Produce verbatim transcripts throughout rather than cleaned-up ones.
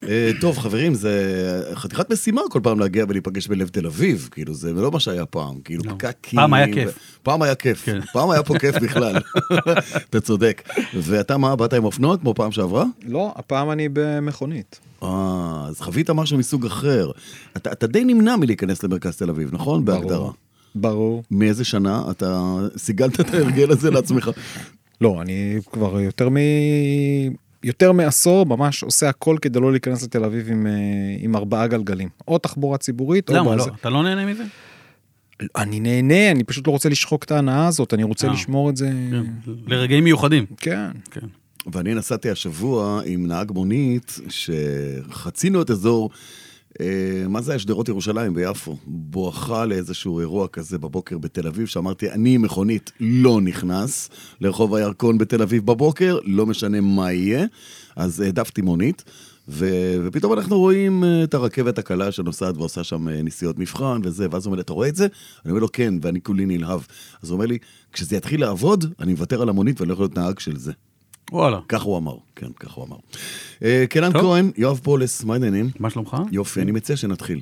טוב, חברים, זה חתיכת משימה כל פעם להגיע ולהיפגש בלב תל אביב, כאילו, זה לא מה שהיה פעם, כאילו, פקקים. פעם היה כיף. פעם היה כיף, פעם היה פה כיף בכלל. אתה צודק. ואתה מה, באת עם אופנוע כמו פעם שעברה? לא, הפעם אני במכונית. אה, אז חווית משהו מסוג אחר. אתה, אתה די נמנע מלהיכנס למרכז תל אביב, נכון? בהגדרה. ברור. מאיזה שנה אתה סיגלת את ההרגל הזה לעצמך? לא, אני כבר יותר מ... יותר מעשור ממש עושה הכל כדי לא להיכנס לתל אביב עם, עם ארבעה גלגלים. או תחבורה ציבורית, למה, או... לא? אתה לא נהנה מזה? אני נהנה, אני פשוט לא רוצה לשחוק את ההנאה הזאת, אני רוצה לשמור את זה... לרגעים מיוחדים. כן. כן. ואני נסעתי השבוע עם נהג מונית, שחצינו את אזור, מה זה היה? שדרות ירושלים ביפו, בואכה לאיזשהו אירוע כזה בבוקר בתל אביב, שאמרתי, אני מכונית לא נכנס לרחוב הירקון בתל אביב בבוקר, לא משנה מה יהיה, אז העדפתי מונית, ו- ופתאום אנחנו רואים את הרכבת הקלה שנוסעת ועושה שם נסיעות מבחן וזה, ואז הוא אומר לי, אתה רואה את זה? אני אומר לו, כן, ואני כולי נלהב. אז הוא אומר לי, כשזה יתחיל לעבוד, אני מוותר על המונית ואני לא יכול להיות נהג של זה. וואלה. כך הוא אמר, כן, כך הוא אמר. קנן כהן, יואב פולס, מה העניינים? מה שלומך? יופי, אני מציע שנתחיל.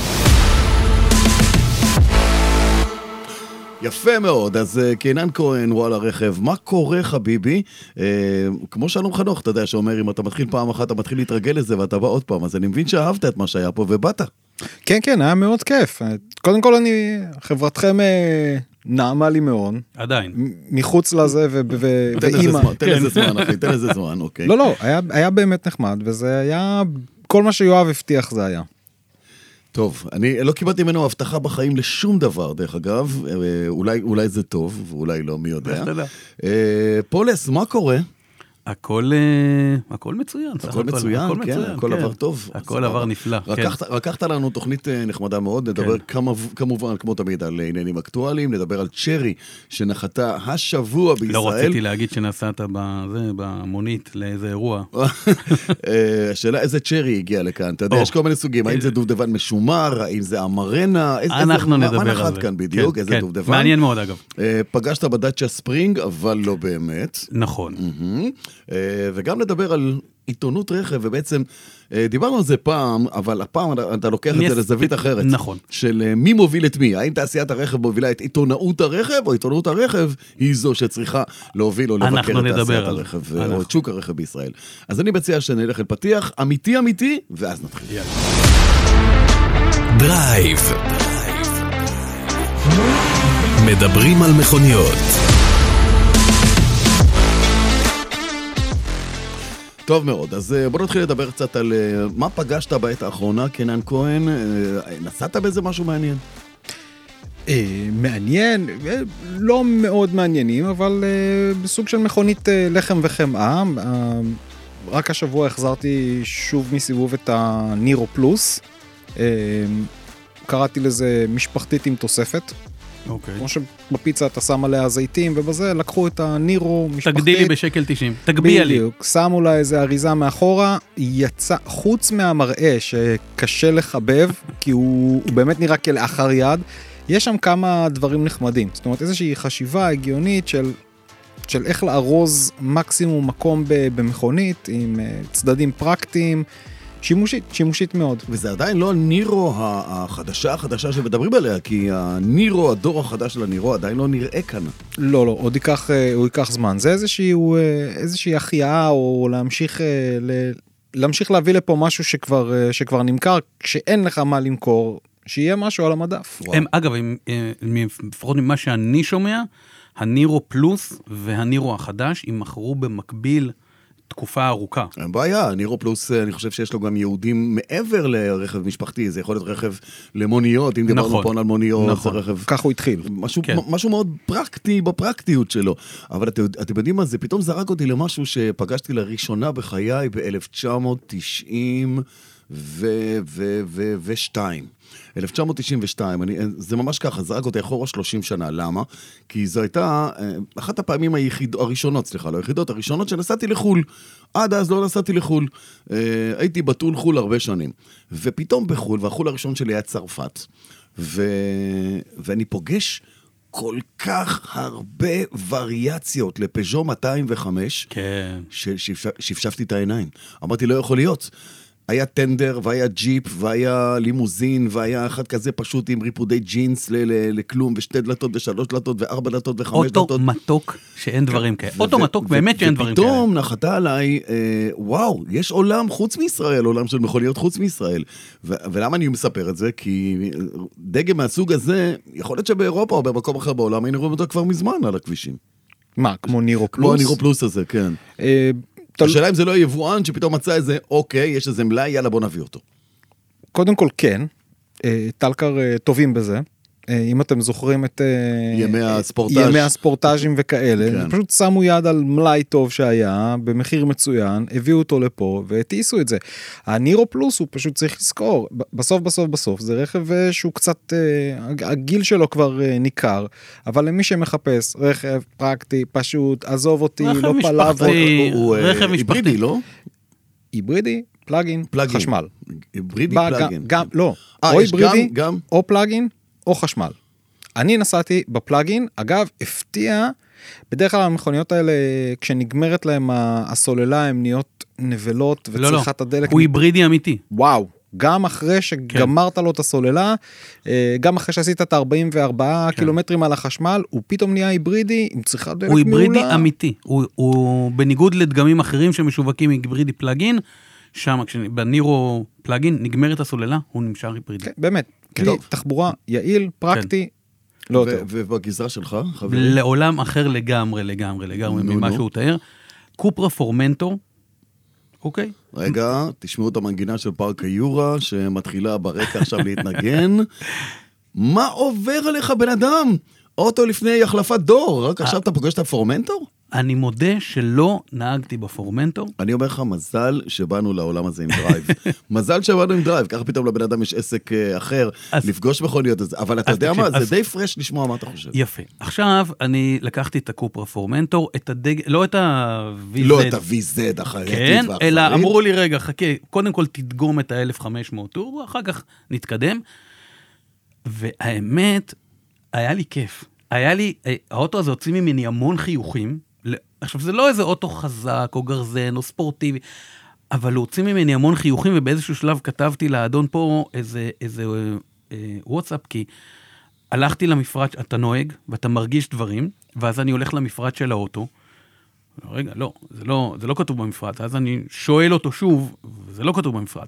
יפה מאוד, אז קנן כהן, וואלה רכב, מה קורה חביבי? כמו שלום חנוך, אתה יודע, שאומר, אם אתה מתחיל פעם אחת, אתה מתחיל להתרגל לזה, ואתה בא עוד פעם, אז אני מבין שאהבת את מה שהיה פה, ובאת. כן, כן, היה מאוד כיף. קודם כל, אני, חברתכם נעמה לי מאוד. עדיין. מחוץ לזה, ואימא. תן לזה זמן, אחי, תן לזה זמן, אוקיי. לא, לא, היה באמת נחמד, וזה היה, כל מה שיואב הבטיח זה היה. טוב, אני לא קיבלתי ממנו הבטחה בחיים לשום דבר, דרך אגב, אולי, אולי זה טוב, ואולי לא, מי יודע. פולס, מה קורה? הכל, הכל מצוין. הכל מצוין, כן, הכל עבר טוב. הכל עבר נפלא. לקחת לנו תוכנית נחמדה מאוד, נדבר כמובן, כמו תמיד, על עניינים אקטואליים, נדבר על צ'רי, שנחתה השבוע בישראל. לא רציתי להגיד שנסעת במונית לאיזה אירוע. השאלה, איזה צ'רי הגיע לכאן? אתה יודע, יש כל מיני סוגים, האם זה דובדבן משומר, האם זה אמרנה, אנחנו נדבר על זה. מה נחת כאן בדיוק, איזה דובדבן? מעניין מאוד אגב. פגשת בדאצ'ה ספרינג, אבל לא באמת. נכון. וגם לדבר על עיתונות רכב, ובעצם דיברנו על זה פעם, אבל הפעם אתה לוקח את זה לזווית אחרת. נכון. של מי מוביל את מי? האם תעשיית הרכב מובילה את עיתונאות הרכב, או עיתונות הרכב היא זו שצריכה להוביל או לבקר את תעשיית הרכב, או את שוק הרכב בישראל. אז אני מציע שנלך אל פתיח, אמיתי אמיתי, ואז נתחיל. דרייב. מדברים על מכוניות. טוב מאוד, אז בוא נתחיל לדבר קצת על מה פגשת בעת האחרונה, קנן כהן, נסעת באיזה משהו מעניין? מעניין, לא מאוד מעניינים, אבל בסוג של מכונית לחם וחמאה. רק השבוע החזרתי שוב מסיבוב את הנירו פלוס, קראתי לזה משפחתית עם תוספת. אוקיי. כמו שבפיצה אתה שם עליה זיתים, ובזה לקחו את הנירו משפחתית. תגדילי בשקל תשעים, תגביע לי. בדיוק, שמו לה איזה אריזה מאחורה, יצא, חוץ מהמראה שקשה לחבב, כי הוא, הוא באמת נראה כלאחר יד, יש שם כמה דברים נחמדים. זאת אומרת, איזושהי חשיבה הגיונית של, של איך לארוז מקסימום מקום במכונית, עם צדדים פרקטיים, שימושית, שימושית מאוד. וזה עדיין לא הנירו החדשה, החדשה שמדברים עליה, כי הנירו, הדור החדש של הנירו עדיין לא נראה כאן. לא, לא, עוד ייקח, הוא ייקח זמן. זה איזושהי, איזושהי החייאה, או להמשיך, להמשיך להביא לפה משהו שכבר, שכבר נמכר, כשאין לך מה למכור, שיהיה משהו על המדף. הם, אגב, לפחות ממה שאני שומע, הנירו פלוס והנירו החדש, הם מכרו במקביל תקופה ארוכה. אין בעיה, נירו פלוס, אני חושב שיש לו גם יהודים מעבר לרכב משפחתי, זה יכול להיות רכב למוניות, אם דיברנו נכון, פה על מוניות, נכון. זה רכב... כך הוא התחיל. משהו, כן. משהו מאוד פרקטי בפרקטיות שלו. אבל את, אתם יודעים מה, זה פתאום זרק אותי למשהו שפגשתי לראשונה בחיי ב-אלף תשע מאות תשעים ושתיים. אלף תשע מאות תשעים ושתיים, אני, זה ממש ככה, זרק אותי אחורה שלושים שנה, למה? כי זו הייתה אחת הפעמים היחיד, הראשונות, סליחה, לא היחידות, הראשונות שנסעתי לחול. עד אז לא נסעתי לחול. הייתי בטול חול הרבה שנים. ופתאום בחול, והחול הראשון שלי היה צרפת, ו... ואני פוגש כל כך הרבה וריאציות לפז'ו מאתיים וחמש, כן. ששפשפתי את העיניים. אמרתי, לא יכול להיות. היה טנדר, והיה ג'יפ, והיה לימוזין, והיה אחד כזה פשוט עם ריפודי ג'ינס לכלום, ושתי דלתות, ושלוש דלתות, וארבע דלתות, וחמש דלתות. אוטו מתוק שאין דברים כאלה. אוטו מתוק באמת שאין דברים כאלה. ופתאום נחתה עליי, וואו, יש עולם חוץ מישראל, עולם של מכוניות חוץ מישראל. ולמה אני מספר את זה? כי דגם מהסוג הזה, יכול להיות שבאירופה או במקום אחר בעולם, היינו רואים אותו כבר מזמן על הכבישים. מה, כמו נירו פלוס? כמו הנירו פלוס הזה, כן. השאלה אם זה לא יבואן שפתאום מצא איזה, אוקיי, יש איזה מלאי, יאללה בוא נביא אותו. קודם כל כן, טלקר טובים בזה, אם אתם זוכרים את ימי הספורטאז' ימי הספורטאז'ים וכאלה, כן. פשוט שמו יד על מלאי טוב שהיה, במחיר מצוין, הביאו אותו לפה והטיסו את זה. הנירו פלוס הוא פשוט צריך לזכור, בסוף בסוף בסוף, זה רכב שהוא קצת, הגיל שלו כבר ניכר, אבל למי שמחפש רכב פרקטי, פשוט, עזוב אותי, לא פלאב. הוא רכב משפחתי, לא? היברידי, פלאגין, חשמל. היברידי פלאגין. גם, לא, או היברידי, או פלאגין, או חשמל. אני נסעתי בפלאגין, אגב, הפתיע, בדרך כלל המכוניות האלה, כשנגמרת להם הסוללה, הן נהיות נבלות, וצריכת הדלק... הוא היברידי אמיתי. וואו, גם אחרי שגמרת לו את הסוללה, גם אחרי שעשית את ה-ארבעים וארבעה קילומטרים על החשמל, הוא פתאום נהיה היברידי, עם צריכת דלק מעולה. הוא היברידי אמיתי. הוא בניגוד לדגמים אחרים שמשווקים היברידי פלאגין, שם, כשבנירו פלאגין נגמרת הסוללה, הוא נמשך היברידי. באמת. כלי תחבורה יעיל, פרקטי, לא טוב. ובגזרה שלך, חברים? לעולם אחר לגמרי, לגמרי, לגמרי, ממה שהוא תאר. קופרה פורמנטו, אוקיי? רגע, תשמעו את המנגינה של פארק היורה, שמתחילה ברקע עכשיו להתנגן. מה עובר עליך, בן אדם? אוטו לפני החלפת דור, רק עכשיו אתה פוגש את הפורמנטור? אני מודה שלא נהגתי בפורמנטור. אני אומר לך, מזל שבאנו לעולם הזה עם דרייב. מזל שבאנו עם דרייב, ככה פתאום לבן אדם יש עסק אחר, לפגוש מכוניות הזה. אבל אתה יודע מה, זה די פרש לשמוע מה אתה חושב. יפה. עכשיו אני לקחתי את הקופרה פורמנטור, את הדגל, לא את ה-וי זד. לא את ה-וי זד החייתית כן, אלא אמרו לי, רגע, חכה, קודם כל תדגום את ה-אלף וחמש מאות טורבו, אחר כך נתקדם. והאמת, היה לי כיף. היה לי, האוטו הזה הוציא ממני המון חיוכים, עכשיו, זה לא איזה אוטו חזק, או גרזן, או ספורטיבי, אבל הוא הוציא ממני המון חיוכים, ובאיזשהו שלב כתבתי לאדון פה איזה, איזה אה, וואטסאפ, כי הלכתי למפרט, אתה נוהג, ואתה מרגיש דברים, ואז אני הולך למפרט של האוטו, רגע, לא, זה לא, זה לא כתוב במפרט, אז אני שואל אותו שוב, וזה לא כתוב במפרט.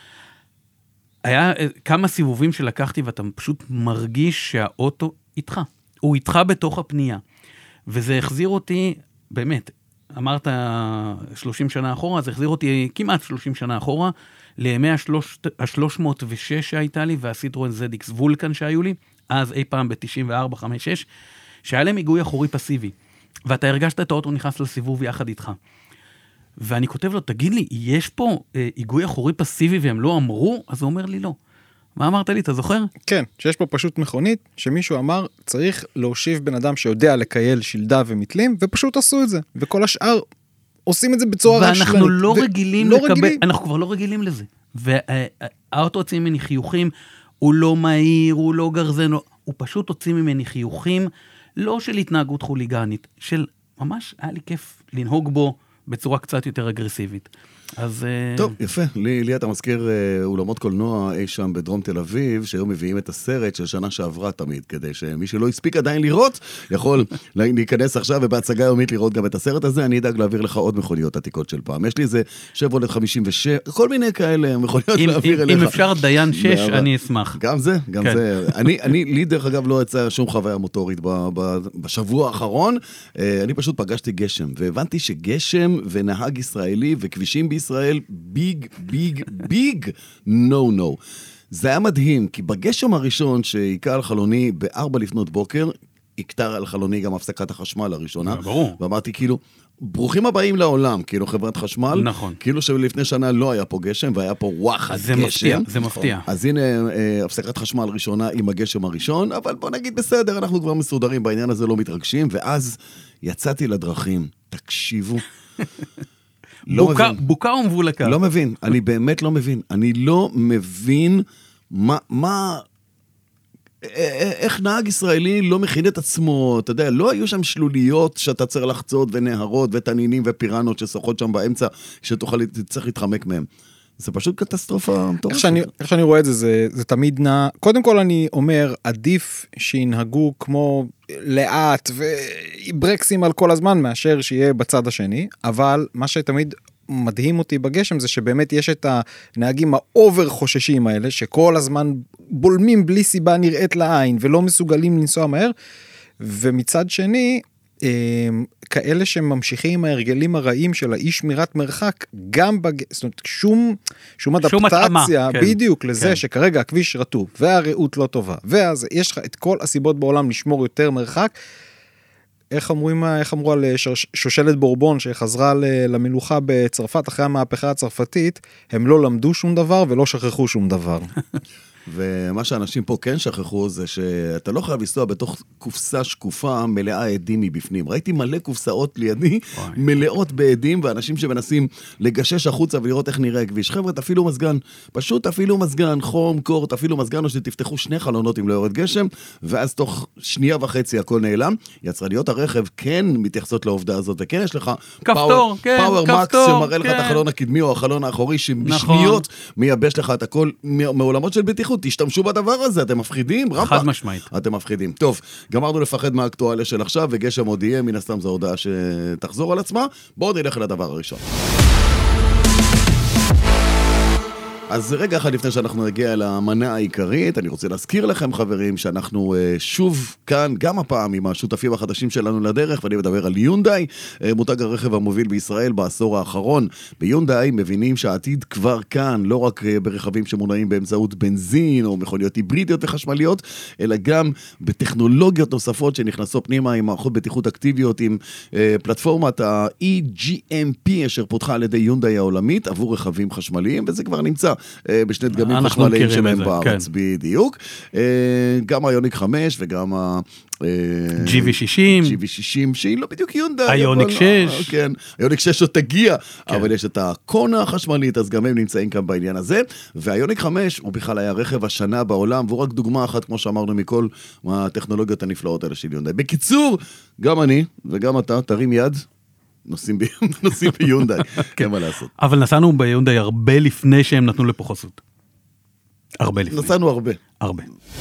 היה כמה סיבובים שלקחתי, ואתה פשוט מרגיש שהאוטו איתך, הוא איתך בתוך הפנייה, וזה החזיר אותי, באמת, אמרת שלושים שנה אחורה, זה החזיר אותי כמעט שלושים שנה אחורה, לימי ה-שלוש מאות ושש שהייתה לי, והסיטרואן זד אקס וולקן שהיו לי, אז אי פעם ב-תשעים וארבע חמש שש, שהיה להם היגוי אחורי פסיבי, ואתה הרגשת את האוטו נכנס לסיבוב יחד איתך. ואני כותב לו, תגיד לי, יש פה אה, היגוי אחורי פסיבי והם לא אמרו? אז הוא אומר לי, לא. מה אמרת לי, אתה זוכר? כן, שיש פה פשוט מכונית, שמישהו אמר, צריך להושיב בן אדם שיודע לקייל שלדה ומתלים, ופשוט עשו את זה. וכל השאר עושים את זה בצורה רשלנית. ואנחנו לא ו- רגילים לא לקבל, רגילים. אנחנו כבר לא רגילים לזה. והאוטו הוציא ממני חיוכים, הוא לא מהיר, הוא לא גרזן, הוא פשוט הוציא ממני חיוכים, לא של התנהגות חוליגנית, של ממש היה לי כיף לנהוג בו בצורה קצת יותר אגרסיבית. אז... טוב, יפה. לי, לי אתה מזכיר אולמות קולנוע אי שם בדרום תל אביב, שהיום מביאים את הסרט של שנה שעברה תמיד, כדי שמי שלא הספיק עדיין לראות, יכול להיכנס עכשיו ובהצגה יומית לראות גם את הסרט הזה. אני אדאג להעביר לך עוד מכוניות עתיקות של פעם. יש לי איזה שברולט חמישים ושש, כל מיני כאלה מכוניות אם, להעביר אם, אליך. אם אפשר דיין שש, אני אשמח. גם זה, גם כן. זה. אני, אני, לי דרך אגב לא יצא שום חוויה מוטורית ב, ב, בשבוע האחרון. אני פשוט פגשתי גשם, והבנתי שגשם ונהג ישראלי וכבישים בישראל, ביג, ביג, ביג, נו, נו. זה היה מדהים, כי בגשם הראשון שהיכה על חלוני בארבע לפנות בוקר, הכתר על חלוני גם הפסקת החשמל הראשונה. ברור. ואמרתי כאילו, ברוכים הבאים לעולם, כאילו חברת חשמל. נכון. כאילו שלפני שנה לא היה פה גשם, והיה פה וואחד גשם. זה מפתיע, זה מפתיע. אז הנה, הפסקת חשמל ראשונה עם הגשם הראשון, אבל בוא נגיד בסדר, אנחנו כבר מסודרים, בעניין הזה לא מתרגשים, ואז יצאתי לדרכים, תקשיבו. לא בוקה, בוקה ומבולקה. לא מבין, אני באמת לא מבין. אני לא מבין מה, מה, איך נהג ישראלי לא מכין את עצמו, אתה יודע, לא היו שם שלוליות שאתה צריך לחצות ונהרות ותנינים ופירנות ששחות שם באמצע, שתוכל, צריך להתחמק מהם. זה פשוט קטסטרופה מטורפת. איך שאני, איך שאני רואה את זה, זה, זה תמיד נע, קודם כל אני אומר, עדיף שינהגו כמו לאט וברקסים על כל הזמן, מאשר שיהיה בצד השני, אבל מה שתמיד מדהים אותי בגשם, זה שבאמת יש את הנהגים האובר חוששים האלה, שכל הזמן בולמים בלי סיבה נראית לעין, ולא מסוגלים לנסוע מהר, ומצד שני, כאלה שממשיכים עם ההרגלים הרעים של האי שמירת מרחק, גם בג... זאת אומרת, שום, שום אדפטציה, כן. בדיוק לזה כן. שכרגע הכביש רטוב, והרעות לא טובה, ואז יש לך את כל הסיבות בעולם לשמור יותר מרחק, איך אמרו, איך אמרו על שושלת בורבון שחזרה למלוכה בצרפת אחרי המהפכה הצרפתית, הם לא למדו שום דבר ולא שכחו שום דבר. ומה שאנשים פה כן שכחו זה שאתה לא חייב לנסוע בתוך קופסה שקופה מלאה עדים מבפנים. ראיתי מלא קופסאות לידי מלאות בעדים, ואנשים שמנסים לגשש החוצה ולראות איך נראה הכביש. חבר'ה, תפעילו מזגן, פשוט תפעילו מזגן, חום, קור, תפעילו מזגן, או שתפתחו שני חלונות אם לא יורד גשם, ואז תוך שנייה וחצי הכל נעלם. יצרניות הרכב כן מתייחסות לעובדה הזאת, וכן יש לך כפתור, כן, פאוור מקס שמראה לך את כן. החלון הקדמי או החלון האחורי, שבשניות מייבש לך את הכל מעולמות של בטיחות. תשתמשו בדבר הזה, אתם מפחידים, רמפה. חד משמעית. אתם מפחידים. טוב, גמרנו לפחד מהאקטואליה של עכשיו, וגשם עוד יהיה, מן הסתם זו הודעה שתחזור על עצמה. בואו נלך לדבר הראשון. אז רגע אחד לפני שאנחנו נגיע למנה העיקרית, אני רוצה להזכיר לכם חברים שאנחנו uh, שוב כאן, גם הפעם עם השותפים החדשים שלנו לדרך, ואני מדבר על יונדאי, uh, מותג הרכב המוביל בישראל בעשור האחרון. ביונדאי מבינים שהעתיד כבר כאן, לא רק uh, ברכבים שמונעים באמצעות בנזין או מכוניות היברידיות וחשמליות, אלא גם בטכנולוגיות נוספות שנכנסות פנימה עם מערכות בטיחות אקטיביות, עם uh, פלטפורמת ה-אי ג'י אם פי אשר פותחה על ידי יונדאי העולמית עבור רכבים חשמליים, וזה כבר נמצא בשני דגמים חשמליים שלהם בארץ, בדיוק. גם היוניק חמש וגם ה... ג'י וי שישים. ג'י וי שישים, שהיא לא בדיוק יונדאי. היוניק שש. כן, היוניק שש עוד תגיע, אבל יש את הקונה החשמלית, אז גם הם נמצאים כאן בעניין הזה. והיוניק חמש הוא בכלל היה רכב השנה בעולם, והוא רק דוגמה אחת, כמו שאמרנו, מכל הטכנולוגיות הנפלאות האלה של יונדאי. בקיצור, גם אני וגם אתה, תרים יד. נוסעים, ב... נוסעים ביונדאי, כן מה לעשות. אבל נסענו ביונדאי הרבה לפני שהם נתנו לפה חסות. הרבה לפני. נסענו הרבה. הרבה.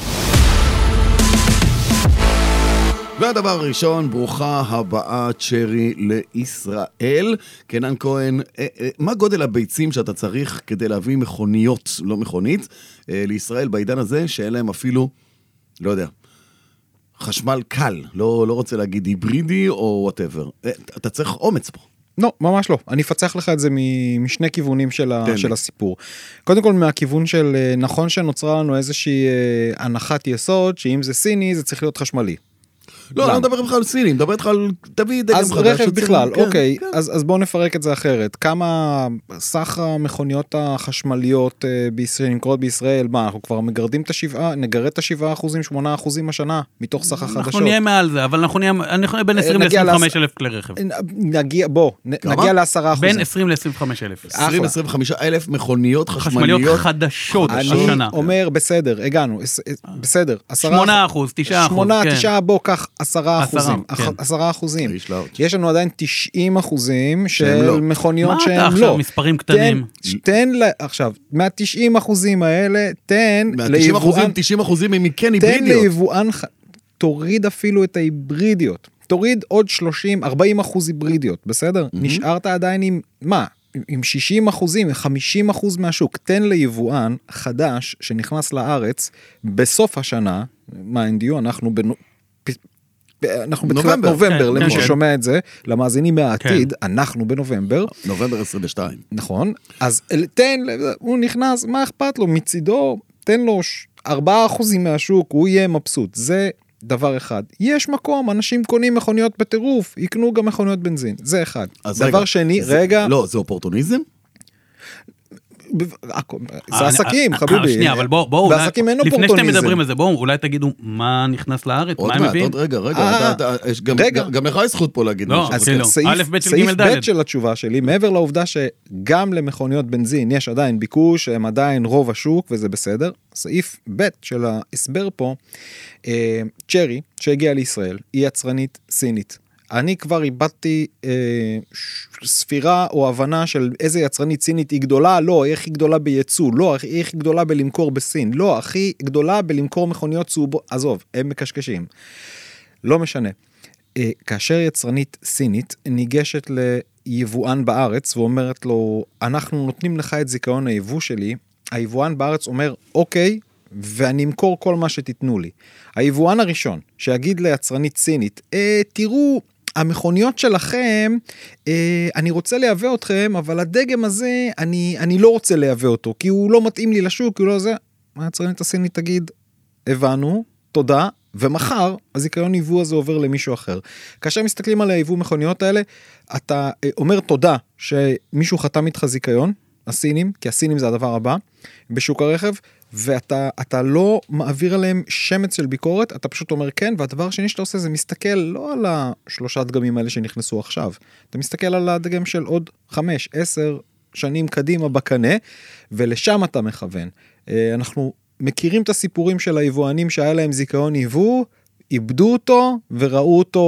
והדבר הראשון, ברוכה הבאה צ'רי לישראל. קנן כהן, מה גודל הביצים שאתה צריך כדי להביא מכוניות, לא מכונית, לישראל בעידן הזה, שאין להם אפילו, לא יודע, חשמל קל, לא, לא רוצה להגיד היברידי או whatever. אתה צריך אומץ פה. לא, ממש לא. אני אפצח לך את זה משני כיוונים של, ה, של הסיפור. קודם כל, מהכיוון של, נכון שנוצרה לנו איזושהי הנחת יסוד, שאם זה סיני, זה צריך להיות חשמלי. לא, אני לא מדבר איתך על סינים, מדבר איתך על תביא דגם חדש. אז רכב בכלל, אוקיי, אז בואו נפרק את זה אחרת. כמה סך המכוניות החשמליות שנמכרות בישראל, מה, אנחנו כבר מגרדים את השבעה, נגרד את השבעה אחוזים, שמונה אחוזים השנה, מתוך סך החדשות. אנחנו נהיה מעל זה, אבל אנחנו נהיה בין עשרים ל-עשרים וחמישה אלף כלי רכב. נגיע, בוא, נגיע ל-עשרה אחוזים. בין עשרים ל-עשרים וחמישה אלף. עשרים עד עשרים וחמישה אלף מכוניות חשמליות. חשמליות חדשות השנה. אני אומר, בסדר, הגענו, בסדר. שמונה אחוז, תשעה אחוז. שמונה, תשעה, בוא, כך, עשרה אחוזים. עשרה אחוזים. יש לנו עדיין תשעים אחוזים של מכוניות שהם לא. מה אתה עכשיו, מספרים קטנים? תן, עכשיו, מה-תשעים אחוזים האלה, תן מה-תשעים אחוזים, תשעים אחוזים הם מכן היברידיות. תן ליבואן, תוריד אפילו את ההיברידיות. תוריד עוד שלושים, ארבעים אחוז היברידיות, בסדר? נשארת עדיין עם, מה? עם שישים אחוזים, חמישים אחוז מהשוק, תן ליבואן חדש שנכנס לארץ בסוף השנה, מה אינדיו, אנחנו בנו... אנחנו בתחילת נובמבר, למי ששומע את זה, למאזינים מהעתיד, אנחנו בנובמבר. נובמבר עשרים ושתיים. נכון, אז תן, הוא נכנס, מה אכפת לו? מצידו, תן לו ארבעה אחוזים מהשוק, הוא יהיה מבסוט. זה דבר אחד. יש מקום, אנשים קונים מכוניות בטירוף, יקנו גם מכוניות בנזין. זה אחד. דבר שני, רגע... לא, זה אופורטוניזם? זה עסקים, חביבי. שנייה, אבל בואו, לפני שאתם מדברים על זה, בואו, אולי תגידו מה נכנס לארץ, מה הם מביאים? עוד רגע, רגע, גם לך יש זכות פה להגיד. סעיף ב' של התשובה שלי, מעבר לעובדה שגם למכוניות בנזין יש עדיין ביקוש, הם עדיין רוב השוק, וזה בסדר. סעיף ב' של ההסבר פה, צ'רי, שהגיעה לישראל, היא יצרנית סינית. אני כבר איבדתי אה, ספירה או הבנה של איזה יצרנית סינית היא גדולה, לא, איך היא גדולה בייצוא, לא, איך היא גדולה בלמכור בסין, לא, הכי גדולה בלמכור מכוניות צהובות, עזוב, הם מקשקשים. לא משנה. אה, כאשר יצרנית סינית ניגשת ליבואן בארץ ואומרת לו, אנחנו נותנים לך את זיכיון היבוא שלי, היבואן בארץ אומר, אוקיי, ואני אמכור כל מה שתיתנו לי. היבואן הראשון, שיגיד ליצרנית סינית, אה, תראו, המכוניות שלכם, אה, אני רוצה לייבא אתכם, אבל הדגם הזה, אני, אני לא רוצה לייבא אותו, כי הוא לא מתאים לי לשוק, כי הוא לא זה. היצרנית הסינית תגיד, הבנו, תודה, ומחר הזיכיון יבוא הזה עובר למישהו אחר. כאשר מסתכלים על היבוא מכוניות האלה, אתה אומר תודה שמישהו חתם איתך זיכיון, הסינים, כי הסינים זה הדבר הבא, בשוק הרכב, ואתה אתה לא מעביר עליהם שמץ של ביקורת, אתה פשוט אומר כן, והדבר השני שאתה עושה זה מסתכל לא על השלושה דגמים האלה שנכנסו עכשיו, אתה מסתכל על הדגם של עוד חמש, עשר שנים קדימה בקנה, ולשם אתה מכוון. אנחנו מכירים את הסיפורים של היבואנים שהיה להם זיכיון יבוא, איבדו אותו וראו אותו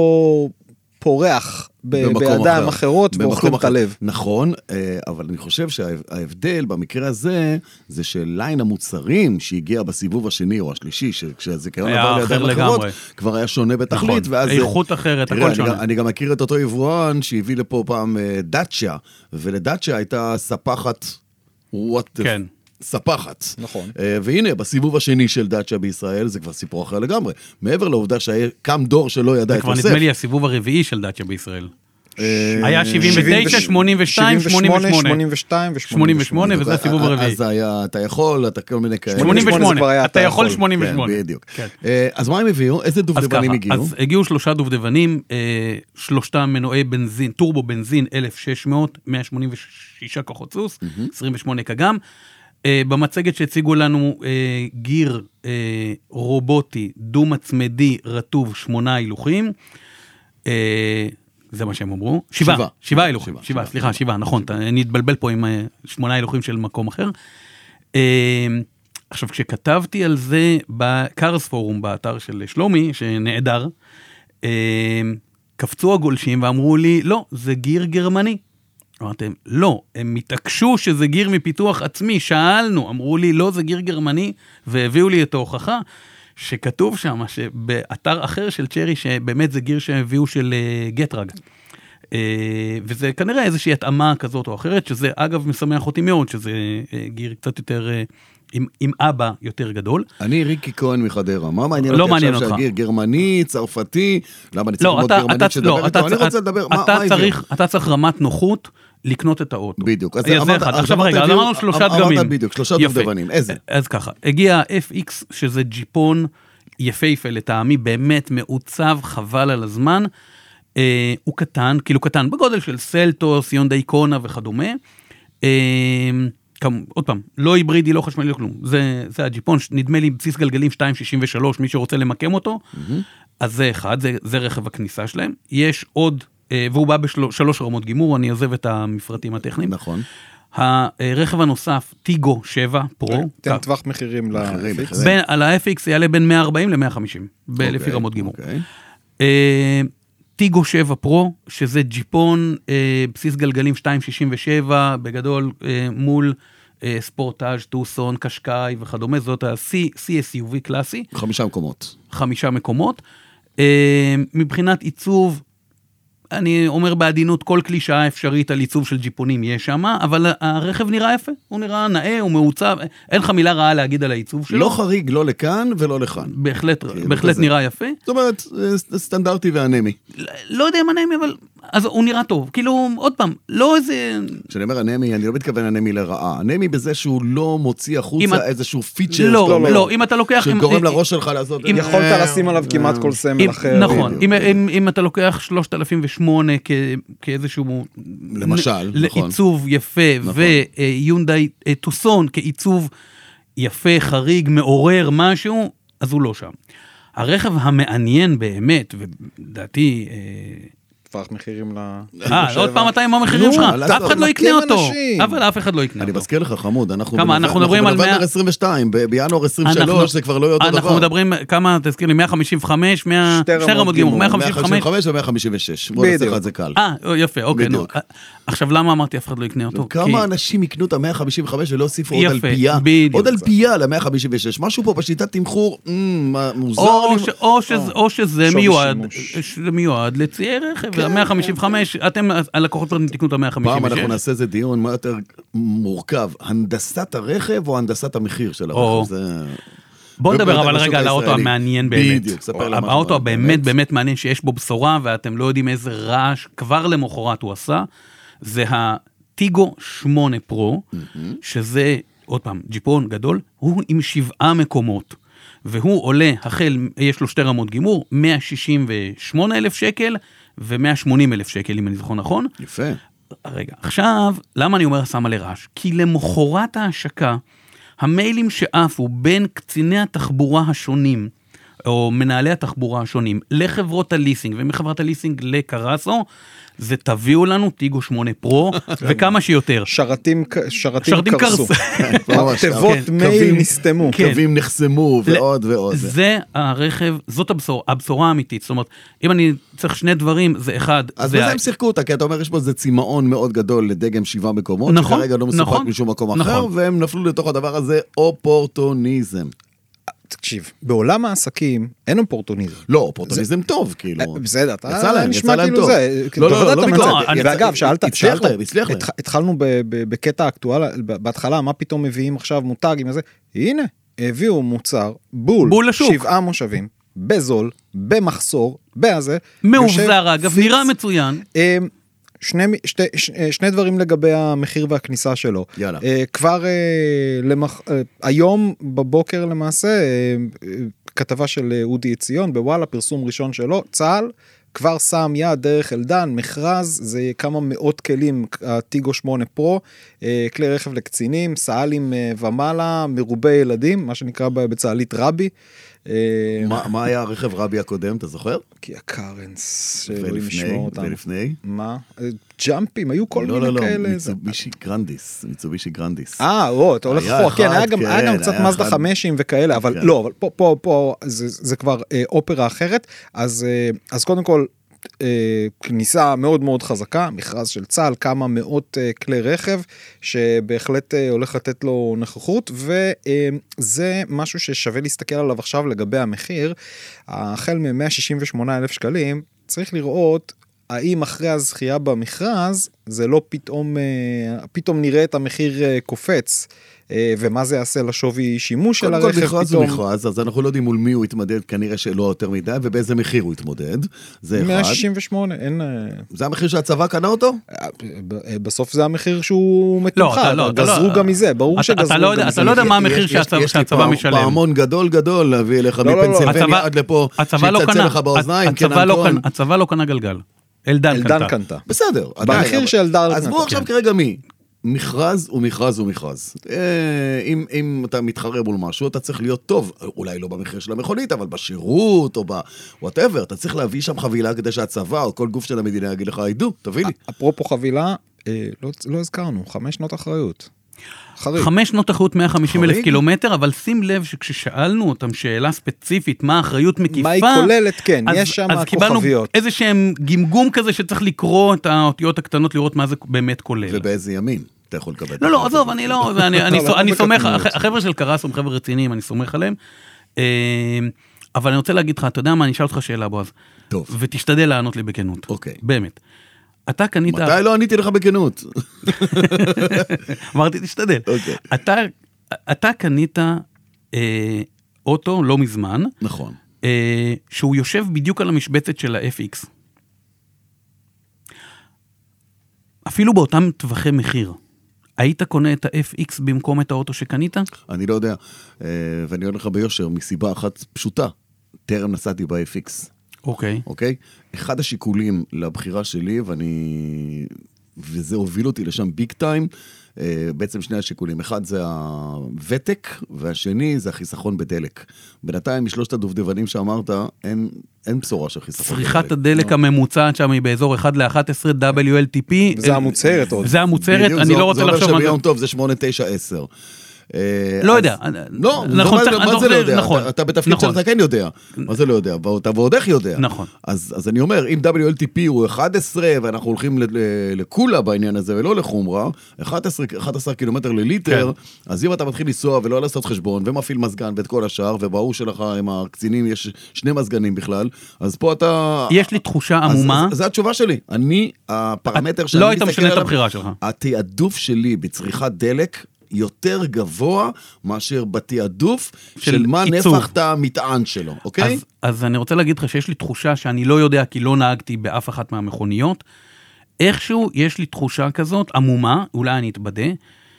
פורח בידיים אחרות ואוכלים את הלב. נכון, אבל אני חושב שההבדל במקרה הזה, זה שליין המוצרים שהגיע בסיבוב השני או השלישי, כשהזיכיון עבר לידיים אחרות, כבר היה שונה בתכלית. איכות אחרת, הכל שונה. אני גם מכיר את אותו יבואן שהביא לפה פעם דאצ'יה, ולדאצ'יה הייתה ספחת וואט כן. ספחת. נכון. והנה, בסיבוב השני של דאצ'ה בישראל, זה כבר סיפור אחר לגמרי. מעבר לעובדה שקם דור שלא ידע את זה נוסף. כבר נדמה לי הסיבוב הרביעי של דאצ'ה בישראל. היה שבעים ותשע, שמונים ושתיים, שמונים ושמונה. שמונים ושתיים שמונים ושמונה, וזה הסיבוב הרביעי. אז היה, אתה יכול, אתה כל מיני כאלה. שמונים ושמונה, אתה יכול שמונים ושמונה. בדיוק. אז מה הם הביאו? איזה דובדבנים הגיעו? אז הגיעו שלושה דובדבנים, שלושתם מנועי בנזין, טורבו בנזין אלף ושש מאות, מאה שמונים ושישה כוחות סוס, עשרים ושמונה קגם. במצגת שהציגו לנו גיר רובוטי, דו-מצמדי, רטוב, שמונה הילוכים. זה מה שהם אמרו. שבעה. שבעה הילוכים. שבעה, סליחה, שבעה, נכון. אני אתבלבל פה עם שמונה הילוכים של מקום אחר. עכשיו, כשכתבתי על זה בקארס פורום, באתר של שלומי, שנעדר, קפצו הגולשים ואמרו לי, לא, זה גיר גרמני. אמרתם, לא, הם מתעקשו שזה גיר מפיתוח עצמי, שאלנו, אמרו לי, לא, זה גיר גרמני, והביאו לי את ההוכחה, שכתוב שם, שבאתר אחר של צ'רי, שבאמת זה גיר שהביאו של גטרג, וזה כנראה איזושהי התאמה כזאת או אחרת, שזה אגב משמח אותי מאוד, שזה גיר קצת יותר, עם, עם אבא יותר גדול. אני ריקי כהן מחדרה, מה מעניין לא אותי מעניין עכשיו אותך. שהגיר גרמני, צרפתי, למה אני צריך לא, ללמוד אתה, גרמנית אתה, שדבר לא, איתו, אתה, אני רוצה אתה, לדבר, מה, אתה מה צריך, הביאו? אתה צריך רמת נוחות לקנות את האוטו. בדיוק. אז אז אמרת, אחד. אז עכשיו אמרת, רגע, אז הביאו- אמרנו שלושה אמרת דגמים. בדיוק, שלושה יפה. דובדבנים, איזה? אז ככה, הגיע ה-אף איקס, שזה ג'יפון יפהפה לטעמי, באמת מעוצב, חבל על הזמן. אה, הוא קטן, כאילו קטן, בגודל של סלטוס, יונדאי קונה וכדומה. אה, כמו, עוד פעם, לא היברידי, לא חשמלי, לא כלום. זה, זה הג'יפון, נדמה לי בסיס גלגלים שתיים שישים ושלוש, מי שרוצה למקם אותו. אז זה אחד, זה, זה רכב הכניסה שלהם. יש עוד, אה, והוא בא בשלוש רמות גימור, אני עוזב את המפרטים הטכניים. נכון. הרכב הנוסף, טיגו שבע פרו. תן טווח מחירים מחירים, ל-אף איקס. מחירים. בין, על ה-אף איקס יעלה בין מאה וארבעים ל-מאה וחמישים, אוקיי, לפי רמות גימור. אוקיי. אה, טיגו שבע פרו, שזה ג'יפון, אה, בסיס גלגלים שתיים שישים ושבע, בגדול אה, מול אה, ספורטאז', טוסון, קשקאי וכדומה, זאת ה-סי אס יו וי קלאסי, חמישה מקומות. חמישה מקומות. אה, מבחינת עיצוב, אני אומר בעדינות, כל קלישאה אפשרית על עיצוב של ג'יפונים יש שם, אבל הרכב נראה יפה, הוא נראה נאה, הוא מעוצב, אין לך מילה רעה להגיד על העיצוב שלו. לא חריג, לא לכאן ולא לכאן. בהחלט, כאילו, בהחלט כזה. נראה יפה. זאת אומרת, אה, סטנדרטי ואנמי. לא יודע אם אנמי, אבל אז הוא נראה טוב. כאילו, עוד פעם, לא איזה... כשאני אומר אנמי, אני לא מתכוון אנמי לרעה. אנמי בזה שהוא לא מוציא אם החוצה את- איזשהו פיצ'ר. לא, שאתה אומר, לא, אם אתה לוקח... אם- שגורם אם- לראש שלך לעשות... אם- יכולת לשים עליו כמעט כל סמל אם- אחר. נכון, בדיוק, אם- בדיוק. אם- אם אתה לוקח שלושת אלפים ושמונה כ- כאיזשהו... למשל, נ- נכון. לעיצוב יפה, נכון. ויונדאי טוסון כעיצוב יפה, חריג, מעורר משהו, אז הוא לא שם. הרכב המעניין באמת, ולדעתי... אה, טווח מחירים ל... אה, עוד פעם אתה עם המחירים שלך, אף אחד לא יקנה אותו. אנשים. אבל אף אחד לא יקנה אותו. אני מזכיר לך, חמוד, אנחנו כמה? אנחנו מדברים על בנובמבר עשרים ושתיים, בינואר עשרים ושלוש זה כבר לא אותו דבר. אנחנו מדברים, כמה, תזכיר לי, מאה חמישים וחמש, שתי רמות גימור, מאה חמישים וחמש ו-מאה חמישים ושש. בוא נעשה לך את זה קל. אה, יפה, אוקיי, נו. עכשיו, למה אמרתי אף אחד לא יקנה אותו? כמה אנשים יקנו את ה-מאה חמישים וחמש ולא הוסיפו עוד יפה, אלפייה? בדיוק. עוד אלפייה ל-מאה חמישים ושש. משהו פה בשיטת תמחור, מוזר. או שזה מיועד לציי רכב, ה-מאה חמישים וחמש, אתם, הלקוחות לא תקנו את ה-מאה חמישים ושש. פעם אנחנו נעשה איזה דיון מה יותר מורכב, הנדסת הרכב או הנדסת המחיר של הרכב? בוא נדבר אבל רגע על האוטו המעניין באמת. בדיוק, ספר למה. האוטו הבאמת באמת מעניין שיש בו בשורה, ואתם לא יודעים איזה רעש כבר למחרת הוא עשה, זה הטיגו שמונה פרו, שזה, עוד פעם, ג'יפון גדול, הוא עם שבעה מקומות, והוא עולה, החל, יש לו שתי רמות גימור, מאה שישים ושמונה אלף שקל, ו-מאה ושמונים אלף שקל, אם אני זוכר נכון. יפה. רגע, עכשיו, למה אני אומר שמה לרעש? כי למחרת ההשקה, המיילים שעפו בין קציני התחבורה השונים, או מנהלי התחבורה השונים, לחברות הליסינג, ומחברת הליסינג לקרסו, זה תביאו לנו טיגו שמונה פרו, וכמה שיותר. שרתים, שרתים קרסו. ממש, תיבות מייל נסתמו. קווים נחסמו, ועוד ועוד. זה הרכב, זאת הבשורה, הבשורה האמיתית. זאת אומרת, אם אני צריך שני דברים, זה אחד. אז בזה הם שיחקו אותה, כי אתה אומר, יש פה איזה צמאון מאוד גדול לדגם שבעה מקומות, שכרגע לא מסופק משום מקום אחר, והם נפלו לתוך הדבר הזה, אופורטוניזם. תקשיב, בעולם העסקים אין אופורטוניזם. לא, אופורטוניזם טוב, כאילו. בסדר, יצא להם, יצא נשמע להם כאילו טוב. זה. לא, לא, לא ביקורת. ואגב, שאלת, הצליח להם, הצליח להם. התחלנו בקטע אקטואל, בהתחלה, מה פתאום מביאים עכשיו מותג עם איזה, הנה, הביאו מוצר, בול, בול לשוק. שבעה מושבים, בזול, במחסור, בהזה. מאובזר, אגב, נראה מצוין. שני, שתי, ש, שני דברים לגבי המחיר והכניסה שלו. יאללה. Uh, כבר uh, למח, uh, היום בבוקר למעשה, uh, uh, כתבה של uh, אודי עציון, בוואלה, פרסום ראשון שלו, צה"ל, כבר שם יד דרך אלדן, מכרז, זה כמה מאות כלים, הטיגו שמונה פרו, uh, כלי רכב לקצינים, סאלים uh, ומעלה, מרובי ילדים, מה שנקרא בצהלית רבי. מה, מה היה הרכב רבי הקודם, אתה זוכר? כי הקרנס, שאלוהים ישמור אותם. ולפני? מה? ג'אמפים, היו כל מיני כאלה. לא, לא, לא, מיצובישי גרנדיס, מיצובישי גרנדיס. אה, או, אתה הולך אחורה, כן, היה גם, היה גם קצת מזדה חמשים וכאלה, אבל לא, אבל פה, פה, פה, זה, זה כבר אה, אופרה אחרת, אז, אה, אז קודם כל, אה, כניסה מאוד מאוד חזקה, מכרז של צה"ל, כמה מאות אה, כלי רכב, שבהחלט אה, הולך לתת לו נוכחות, וזה אה, משהו ששווה להסתכל עליו עכשיו לגבי המחיר, החל מ-מאה שישים ושמונה אלף שקלים, צריך לראות, האם אחרי הזכייה במכרז, זה לא פתאום, פתאום נראה את המחיר קופץ, ומה זה יעשה לשווי שימוש של הרכב פתאום. כל מכרז הוא מכרז, אז אנחנו לא יודעים מול מי הוא יתמודד, כנראה שלא יותר מדי, ובאיזה מחיר הוא יתמודד. זה אחד. מאה שישים ושמונה, אין... זה המחיר שהצבא קנה אותו? בסוף זה המחיר שהוא מתומחר, גזרו גם מזה, ברור שגזרו גם מזה. אתה לא יודע מה המחיר שהצבא משלם. פעמון גדול גדול להביא לך מפנסילבניה עד לפה, שיצצה לך באוזניים. הצבא לא קנה גלגל. אלדן קנתה. בסדר. במחיר של אלדן קנתה. אז בואו עכשיו כרגע מי? מכרז הוא מכרז הוא מכרז. אם, אם אתה מתחרה מול משהו, אתה צריך להיות טוב, אולי לא במחיר של המכונית, אבל בשירות או ב-whatever, אתה צריך להביא שם חבילה כדי שהצבא או כל גוף של המדינה יגיד לך, עידו, תביא לי. אפרופו חבילה, לא, לא הזכרנו, חמש שנות אחריות. חריג. חמש שנות אחריות מאה וחמישים אלף קילומטר, אבל שים לב שכששאלנו אותם שאלה ספציפית, מה האחריות מקיפה, מה היא כוללת, כן, אז, יש שם אז קיבלנו איזה שהם גמגום כזה שצריך לקרוא את האותיות הקטנות, לראות מה זה באמת כולל. ובאיזה ימין אתה יכול לקבל. לא, לא, עזוב, אני לא, אני, אני, אני סומך, החבר'ה של קרס הם חבר'ה רציניים, אני סומך עליהם, אבל אני רוצה להגיד לך, אתה יודע מה, אני אשאל אותך שאלה, בועז. טוב. ותשתדל לענות לי בכנות. אוקיי. באמת. אתה קנית... מתי לא עניתי לך בכנות? אמרתי, תשתדל. אוקיי. אתה, אתה קנית אה, אוטו לא מזמן. נכון. אה, שהוא יושב בדיוק על המשבצת של ה-אף איקס. אפילו באותם טווחי מחיר. היית קונה את ה-אף איקס במקום את האוטו שקנית? אני לא יודע. אה, ואני אומר לך ביושר, מסיבה אחת פשוטה. טרם נסעתי ב-אף איקס. אוקיי. אוקיי? אחד השיקולים לבחירה שלי, ואני... וזה הוביל אותי לשם ביג טיים, בעצם שני השיקולים. אחד זה הוותק, והשני זה החיסכון בדלק. בינתיים, משלושת הדובדבנים שאמרת, אין, אין בשורה של חיסכון בדלק. צריכת הדלק הממוצעת שם היא באזור אחד ל-אחת עשרה דאבליו אל טי פי. זה המוצרת עוד. זה המוצרת, אני לא רוצה לחשוב... זה אומר שביום טוב זה שמונה תשע עשר. לא יודע. לא, מה זה לא יודע? אתה בתפקיד שאתה כן יודע. מה זה לא יודע? אתה ועוד איך יודע. נכון. אז אני אומר, אם דאבליו אל טי פי הוא אחת עשרה, ואנחנו הולכים לכולה בעניין הזה, ולא לחומרה, אחת עשרה קילומטר לליטר, אז אם אתה מתחיל לנסוע ולא לעשות חשבון, ומפעיל מזגן ואת כל השאר, וברור שלך עם הקצינים יש שני מזגנים בכלל, אז פה אתה... יש לי תחושה עמומה. זו התשובה שלי. אני, הפרמטר שאני לא היית משנה את הבחירה שלך. התיעדוף שלי בצריכת דלק יותר גבוה מאשר בתיעדוף של, של מה נפח את המטען שלו, אוקיי? אז, אז אני רוצה להגיד לך שיש לי תחושה שאני לא יודע כי לא נהגתי באף אחת מהמכוניות, איכשהו יש לי תחושה כזאת, עמומה, אולי אני אתבדה,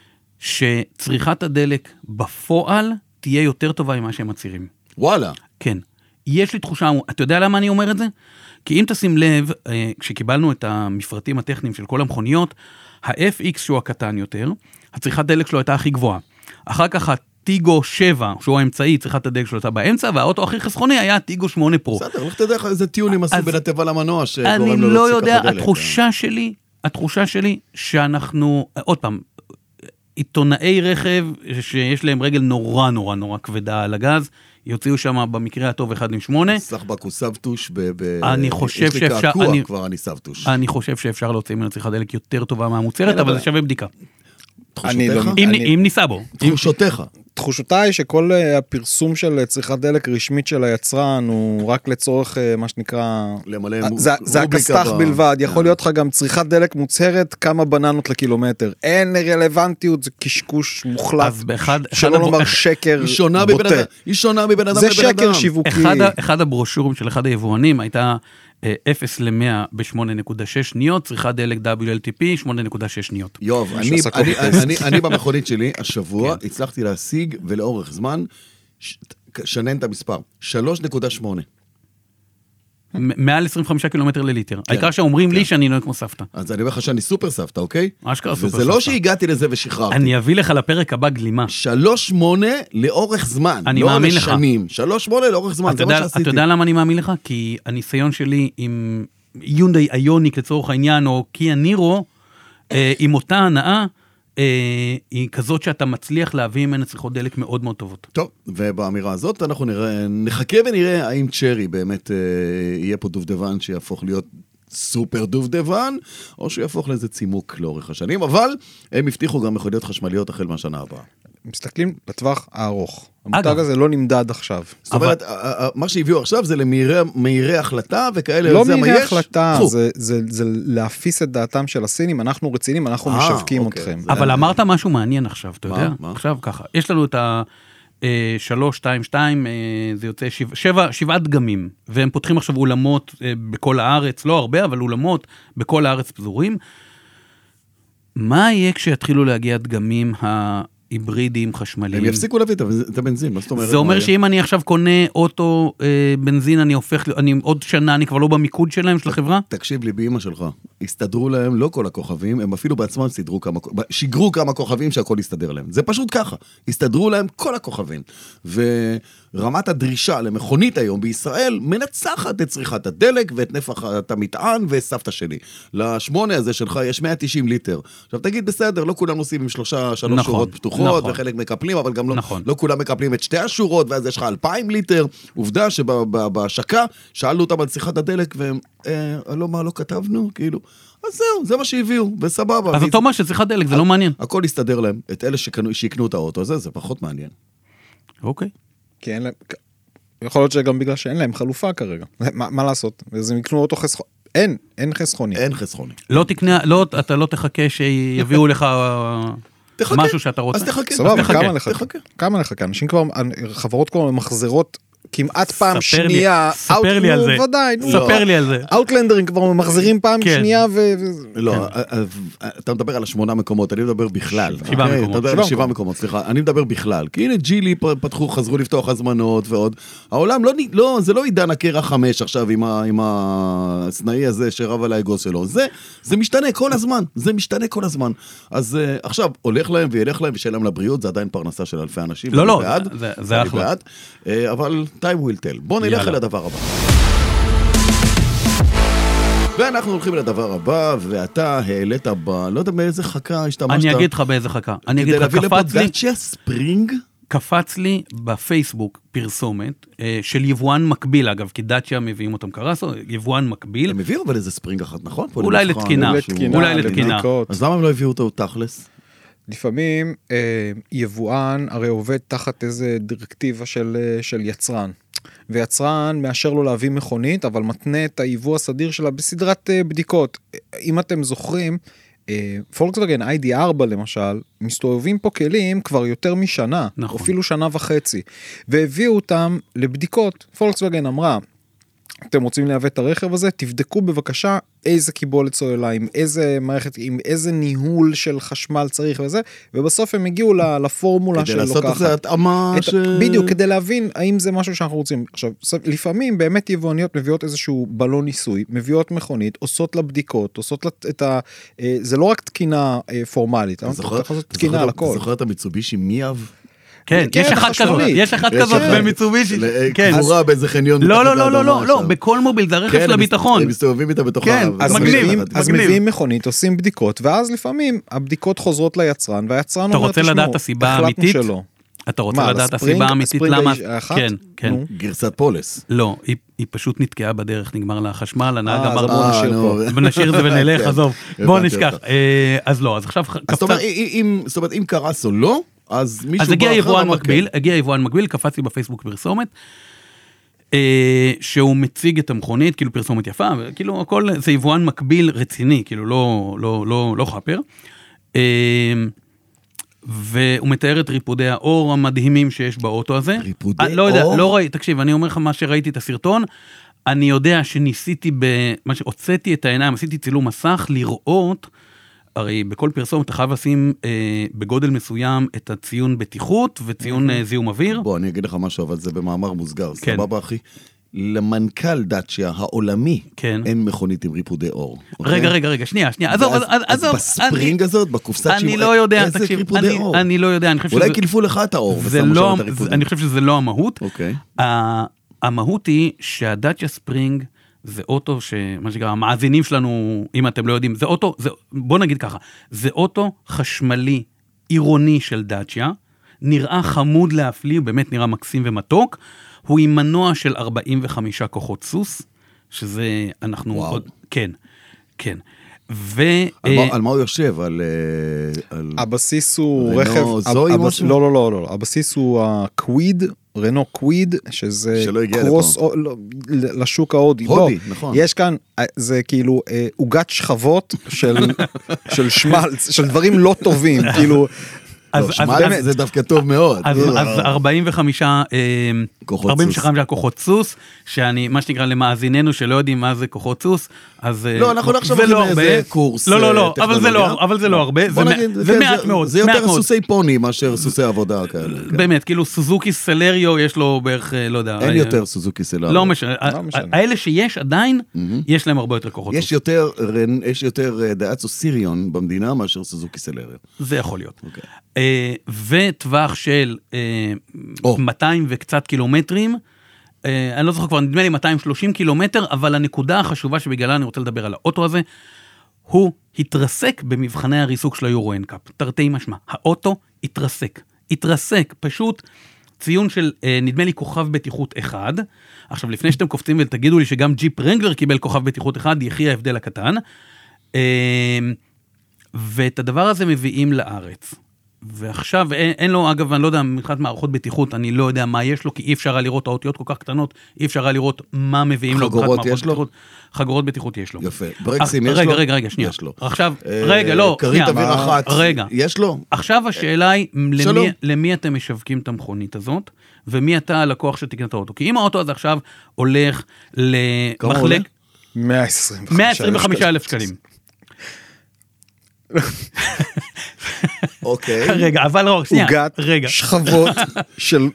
שצריכת הדלק בפועל תהיה יותר טובה ממה שהם מצירים. וואלה. כן. יש לי תחושה, אתה יודע למה אני אומר את זה? כי אם תשים לב, כשקיבלנו את המפרטים הטכניים של כל המכוניות, ה-אף אקס שהוא הקטן יותר, הצריכת דלק שלו הייתה הכי גבוהה. אחר כך הטיגו שבע, שהוא האמצעי, צריכת הדלק שלו הייתה באמצע, והאוטו הכי חסכוני היה טיגו שמונה פרו. בסדר, לך תדע איזה טיונים עשו בין הטבע למנוע שגורם לו אני להוציא לא ככה יודע, דלק. התחושה שלי, התחושה שלי שאנחנו, עוד פעם, עיתונאי רכב שיש להם רגל נורא נורא נורא כבדה על הגז, יוציאו שם במקרה הטוב אחד עם שמונה. סחבק הוא סבתוש, אני חושב שאפשר, יש לי קעקוע כבר אני סבתוש. אני חושב שאפשר להוציא ממנו צריכת דלק יותר טובה מהמוצרת, אבל זה שווה בדיקה. תחושותיך? אם ניסה בו. תחושותיך. תחושותיי שכל הפרסום של צריכת דלק רשמית של היצרן הוא רק לצורך מה שנקרא, זה הכסתח בלבד, יכול להיות לך גם צריכת דלק מוצהרת כמה בננות לקילומטר, אין רלוונטיות, זה קשקוש מוחלט, שלא לומר שקר בוטה. היא שונה מבן אדם לבן אדם. זה שקר שיווקי. אחד הברושורים של אחד היבואנים הייתה אפס למאה ב-שמונה נקודה שש שניות, צריכת דלק דאבליו אל טי פי שמונה נקודה שש שניות. יוב, אני במכונית שלי השבוע הצלחתי להשיג ולאורך זמן, שנן את המספר, שלוש נקודה שמונה. מעל עשרים וחמישה קילומטר לליטר. העיקר שאומרים לי שאני נוהג כמו סבתא. אז אני אומר לך שאני סופר סבתא, אוקיי? אשכרה סופר סבתא. וזה לא שהגעתי לזה ושחררתי. אני אביא לך לפרק הבא גלימה. שלוש שמונה לאורך זמן. אני מאמין לך. לא לשנים. שלוש שמונה לאורך זמן, זה מה שעשיתי. אתה יודע למה אני מאמין לך? כי הניסיון שלי עם יונדאי איוניק לצורך העניין, או קיה נירו, עם אותה הנאה, היא כזאת שאתה מצליח להביא ממנה צריכות דלק מאוד מאוד טובות. טוב, ובאמירה הזאת אנחנו נראה, נחכה ונראה האם צ'רי באמת יהיה פה דובדבן שיהפוך להיות סופר דובדבן, או שיהפוך לאיזה צימוק לאורך השנים, אבל הם הבטיחו גם מכוניות חשמליות החל מהשנה הבאה. מסתכלים לטווח הארוך. המותג הזה לא נמדד עכשיו. זאת אומרת, מה שהביאו עכשיו זה למהירי החלטה וכאלה. לא מהירי החלטה, זה להפיס את דעתם של הסינים, אנחנו רצינים, אנחנו משווקים אתכם. אבל אמרת משהו מעניין עכשיו, אתה יודע? עכשיו ככה, יש לנו את ה... שלוש, שתיים, שתיים, זה יוצא שבע, שבעה דגמים, והם פותחים עכשיו אולמות בכל הארץ, לא הרבה, אבל אולמות בכל הארץ פזורים. מה יהיה כשיתחילו להגיע דגמים ההיברידיים חשמליים? הם יפסיקו להביא את הבנזין, מה זאת אומרת? זה אומר שאם אני עכשיו קונה אוטו בנזין, אני הופך, אני עוד שנה, אני כבר לא במיקוד שלהם, של החברה? תקשיב לי, באמא שלך, הסתדרו להם לא כל הכוכבים, הם אפילו בעצמם סדרו כמה, שיגרו כמה כוכבים שהכל יסתדר להם. זה פשוט ככה, הסתדרו להם כל הכוכבים. ורמת הדרישה למכונית היום בישראל מנצחת את צריכת הדלק ואת נפח המטען וסבתא שלי. לשמונה הזה שלך יש מאה ותשעים ליטר. עכשיו תגיד בסדר, לא כולם נוסעים עם שלושה, שלוש נכון, שורות פתוחות, נכון. וחלק מקפלים, אבל גם נכון. לא, לא כולם מקפלים את שתי השורות, ואז יש לך אלפיים ליטר. עובדה שבהשקה שאלנו אותם על צריכת הדלק, והם, אה, לא מה, לא כתבנו, כאילו. אז זהו, זה מה שהביאו, וסבבה. אז אתה אומר שצריכת דלק, זה לא מעניין. הכל יסתדר להם, את אלה שיקנו את האוטו הזה, זה פחות מעניין. אוקיי. כי אין להם, יכול להיות שגם בגלל שאין להם חלופה כרגע. מה, מה לעשות? אז הם יקנו אוטו חסכוני. אין, אין חסכוני. אין חסכוני. לא תקנה, לא, אתה לא תחכה שיביאו לך משהו שאתה רוצה. אז תחכה. סבבה, כמה לחכה? כמה לחכה? אנשים כבר, חברות כבר מחזרות כמעט פעם ספר לי- שנייה, ספר לי על זה. ודאי, נו. ספר לי על זה. אאוטלנדרים כבר מחזירים פעם כן. שנייה ו... לא, אתה מדבר על השמונה מקומות, אני מדבר בכלל. שבעה אוקיי? מקומות. אתה מדבר על שבעה שבעה מקומות, סליחה. אני מדבר בכלל. כי הנה ג'ילי פתחו, חזרו לפתוח הזמנות ועוד. העולם לא, לא, זה לא עידן הקרח חמש עכשיו עם ה- עם הסנאי הזה שרב על האגוז שלו. זה, זה משתנה כל הזמן. זה משתנה כל הזמן. אז uh, עכשיו, הולך להם וילך להם ושיהיה להם לבריאות, זה עדיין פרנסה של אלפי אנשים. לא, אני לא, בעד, זה- זה אני אחלה. בעד. Uh, אבל time will tell. בוא נלך יאללה. אל הדבר הבא. ואנחנו הולכים לדבר הבא, ואתה העלית ב... לא יודע באיזה חכה השתמשת. אני אגיד לך באיזה חכה. אני אגיד כדי לך, להביא לפה קפץ לי, דאצ'יה ספרינג? קפץ לי בפייסבוק פרסומת אה, של יבואן מקביל, אגב, כי דאצ'יה מביאים אותם קרסו, יבואן מקביל, הם הביאו אבל איזה ספרינג אחת, נכון? פה אולי למבחן, לתקינה, משהו. לתקינה, אולי לתקינה. לבדיקות. אז למה הם לא הביאו אותו תכלס? לפעמים אה, יבואן הרי עובד תחת איזה דירקטיבה של, אה, של יצרן. ויצרן מאשר לו להביא מכונית, אבל מתנה את היבוא הסדיר שלה בסדרת אה, בדיקות. אם אתם זוכרים, אה, פולקסווגן איי די ארבע למשל, מסתובבים פה כלים כבר יותר משנה, נכון. אפילו שנה וחצי, והביאו אותם לבדיקות. פולקסווגן אמרה, אתם רוצים להביא את הרכב הזה, תבדקו בבקשה איזה קיבולת סוללה, עם איזה מערכת, עם איזה ניהול של חשמל צריך וזה, ובסוף הם הגיעו לפורמולה כדי של לעשות לוקחת. איזה התאמה את, ש... בדיוק, כדי להבין האם זה משהו שאנחנו רוצים. עכשיו, לפעמים באמת יבואניות מביאות איזשהו בלון ניסוי, מביאות מכונית, עושות לה בדיקות, עושות לה את ה... זה לא רק תקינה פורמלית, אתה יכול לעשות תקינה על הכל. זוכר את המיצובישי מיאב? כן, כן, יש אחת כזאת, החשמלית. יש אחת יש כזאת אחת. במיצובישי, כן. קבורה באיזה חניון. לא, מתחת לא, לא, לא, לאדמה לא, לא, עכשיו. בכל מוביל, זה הרכב כן, של הם הביטחון. הם מסתובבים איתה בתוך כן, ה... אז מגניב, מביאים, אז מגניב. מביאים מכונית, עושים בדיקות, ואז לפעמים הבדיקות חוזרות ליצרן, והיצרן אתה אומר, רוצה תשמעו, לדעת את הסיבה החלטנו האמיתית? שלא. אתה רוצה מה, לדעת לספרינג? הסיבה האמיתית הספרינג למה? האחת? כן, כן. נו. גרסת פולס. לא, היא, היא פשוט נתקעה בדרך, נגמר לה החשמל, הנהג אה, אמר, אז בואו בוא נשאיר נו. פה. נשאיר את זה ונלך, כן, עזוב, בוא הבנתי נשכח. אותך. אה, אז לא, אז עכשיו אז קפצה, זאת אומרת, אם- זאת אומרת, אם קרסו לא, אז מישהו... אז הגיע בא אחר יבואן אמר, מקביל, הגיע יבואן מקביל, קפץ לי בפייסבוק פרסומת, אה, שהוא מציג את המכונית, כאילו פרסומת יפה, כאילו הכל, זה יבואן מקביל רציני, כאילו לא, לא, לא, לא חפר. אה, והוא מתאר את ריפודי האור המדהימים שיש באוטו הזה. ריפודי אני לא יודע, אור? לא ראי, תקשיב, אני אומר לך מה שראיתי את הסרטון, אני יודע שניסיתי, במה שהוצאתי את העיניים, עשיתי צילום מסך, לראות, הרי בכל פרסום אתה חייב לשים אה, בגודל מסוים את הציון בטיחות וציון אה, זיהום אוויר. בוא, אני אגיד לך משהו, אבל זה במאמר מוסגר, כן. סבבה אחי? למנכ"ל דאצ'יה העולמי, כן. אין מכונית עם ריפודי אור. אוקיי? רגע, רגע, רגע, שנייה, שנייה, עזוב, אז- עזוב, אז עזוב, בספרינג הזאת, בקופסת אני שמעון, לא יודע, איזה תקשיב, ריפודי אני- אור? אני לא יודע, אני חושב אולי שזה... קילפו לך את האור, זה ושמו לא, שם את הריפודים. אני חושב שזה לא המהות. אוקיי. ה- המהות היא שהדאצ'יה ספרינג זה אוטו שמה שנקרא, המאזינים שלנו, אם אתם לא יודעים, זה אוטו, זה, בוא נגיד ככה, זה אוטו חשמלי עירוני של דאצ'יה, נראה חמוד להפליא, הוא באמת נראה מקסים ומתוק, הוא עם מנוע של ארבעים וחמישה כוחות סוס, שזה אנחנו וואו. עוד, כן, כן. ו... על אה, מה- על מה הוא יושב? על... אה, על- הבסיס הוא רנו רכב, זואי הבס- משהו? לא, לא, לא, לא, הבסיס הוא הקוויד, רנו קוויד, שזה שלא הגיע קרוס לפה. או- לא, לשוק ההודי. הודי, לא, נכון. יש כאן, אה, זה כאילו אה, עוגת שכבות של של שמלץ, של דברים לא טובים, כאילו, אז- לא, אז שמע, באמת- זה דווקא טוב מאוד. אז, אה, אז ארבעים וחמישה אה, כוחות ארבעים סוס. וחמישה כוחות סוס, שאני, מה שנקרא למאזיננו שלא יודעים מה זה כוחות סוס, אז אה, לא, אנחנו לא עכשיו זה לא הולכים הרבה. לאיזה קורס, לא, לא, אה, לא, אבל זה טכנולוגיה. לא, אבל זה לא הרבה, בוא זה נגיד, מע- זה כן, מעט מאוד, זה מעט יותר מאוד. סוסי פוני מאשר סוסי עבודה כאלה. כן. באמת, כאילו סוזוקי סלריו יש לו בערך, אה, לא יודע. אין אה, יותר סוזוקי סלארי. לא משנה, לא משנה. האלה שיש עדיין, יש להם הרבה יותר כוחות יש סוס. יותר, רן- יש יותר אה, דאצו סיריון במדינה מאשר סוזוקי סלארי. זה יכול להיות. אוקיי. אה, וטווח של אה, או. מאתיים וקצת קילומטרים, אה, אני לא זוכר כבר, נדמה לי מאתיים ושלושים קילומטר, אבל הנקודה החשובה שבגללה אני רוצה לדבר על האוטו הזה, הוא התרסק במבחני הריסוק של היורו אנקאפ, תרתי משמע, האוטו התרסק, התרסק, פשוט ציון של, אה, נדמה לי, כוכב בטיחות אחד. עכשיו, לפני שאתם קופצים ותגידו לי שגם ג'יפ רנגלר קיבל כוכב בטיחות אחד, יחי ההבדל הקטן, אה, ואת הדבר הזה מביאים לארץ. ועכשיו אין, אין לו, אגב, אני לא יודע, מבחינת מערכות בטיחות, אני לא יודע מה יש לו, כי אי אפשר היה לראות האותיות כל כך קטנות, אי אפשר היה לראות מה מביאים לו. חגורות יש לו? בטיחות. חגורות בטיחות יש לו. יפה. ברקסים יש רגע, לו? רגע, רגע, שנייה. יש לו. עכשיו, רגע, לא, כרית שנייה. אוויר אחת. רגע. יש לו? עכשיו השאלה היא, שלום. למי, למי אתם משווקים את המכונית הזאת, ומי אתה הלקוח שתקנה את האוטו? כי אם האוטו הזה עכשיו הולך כמה עולה? למחלק... מאה עשרים וחמישה מאה עשרים וחמישה אלף שקלים. אוקיי. רגע, אבל לא, שנייה. עוגת רגע. שכבות של...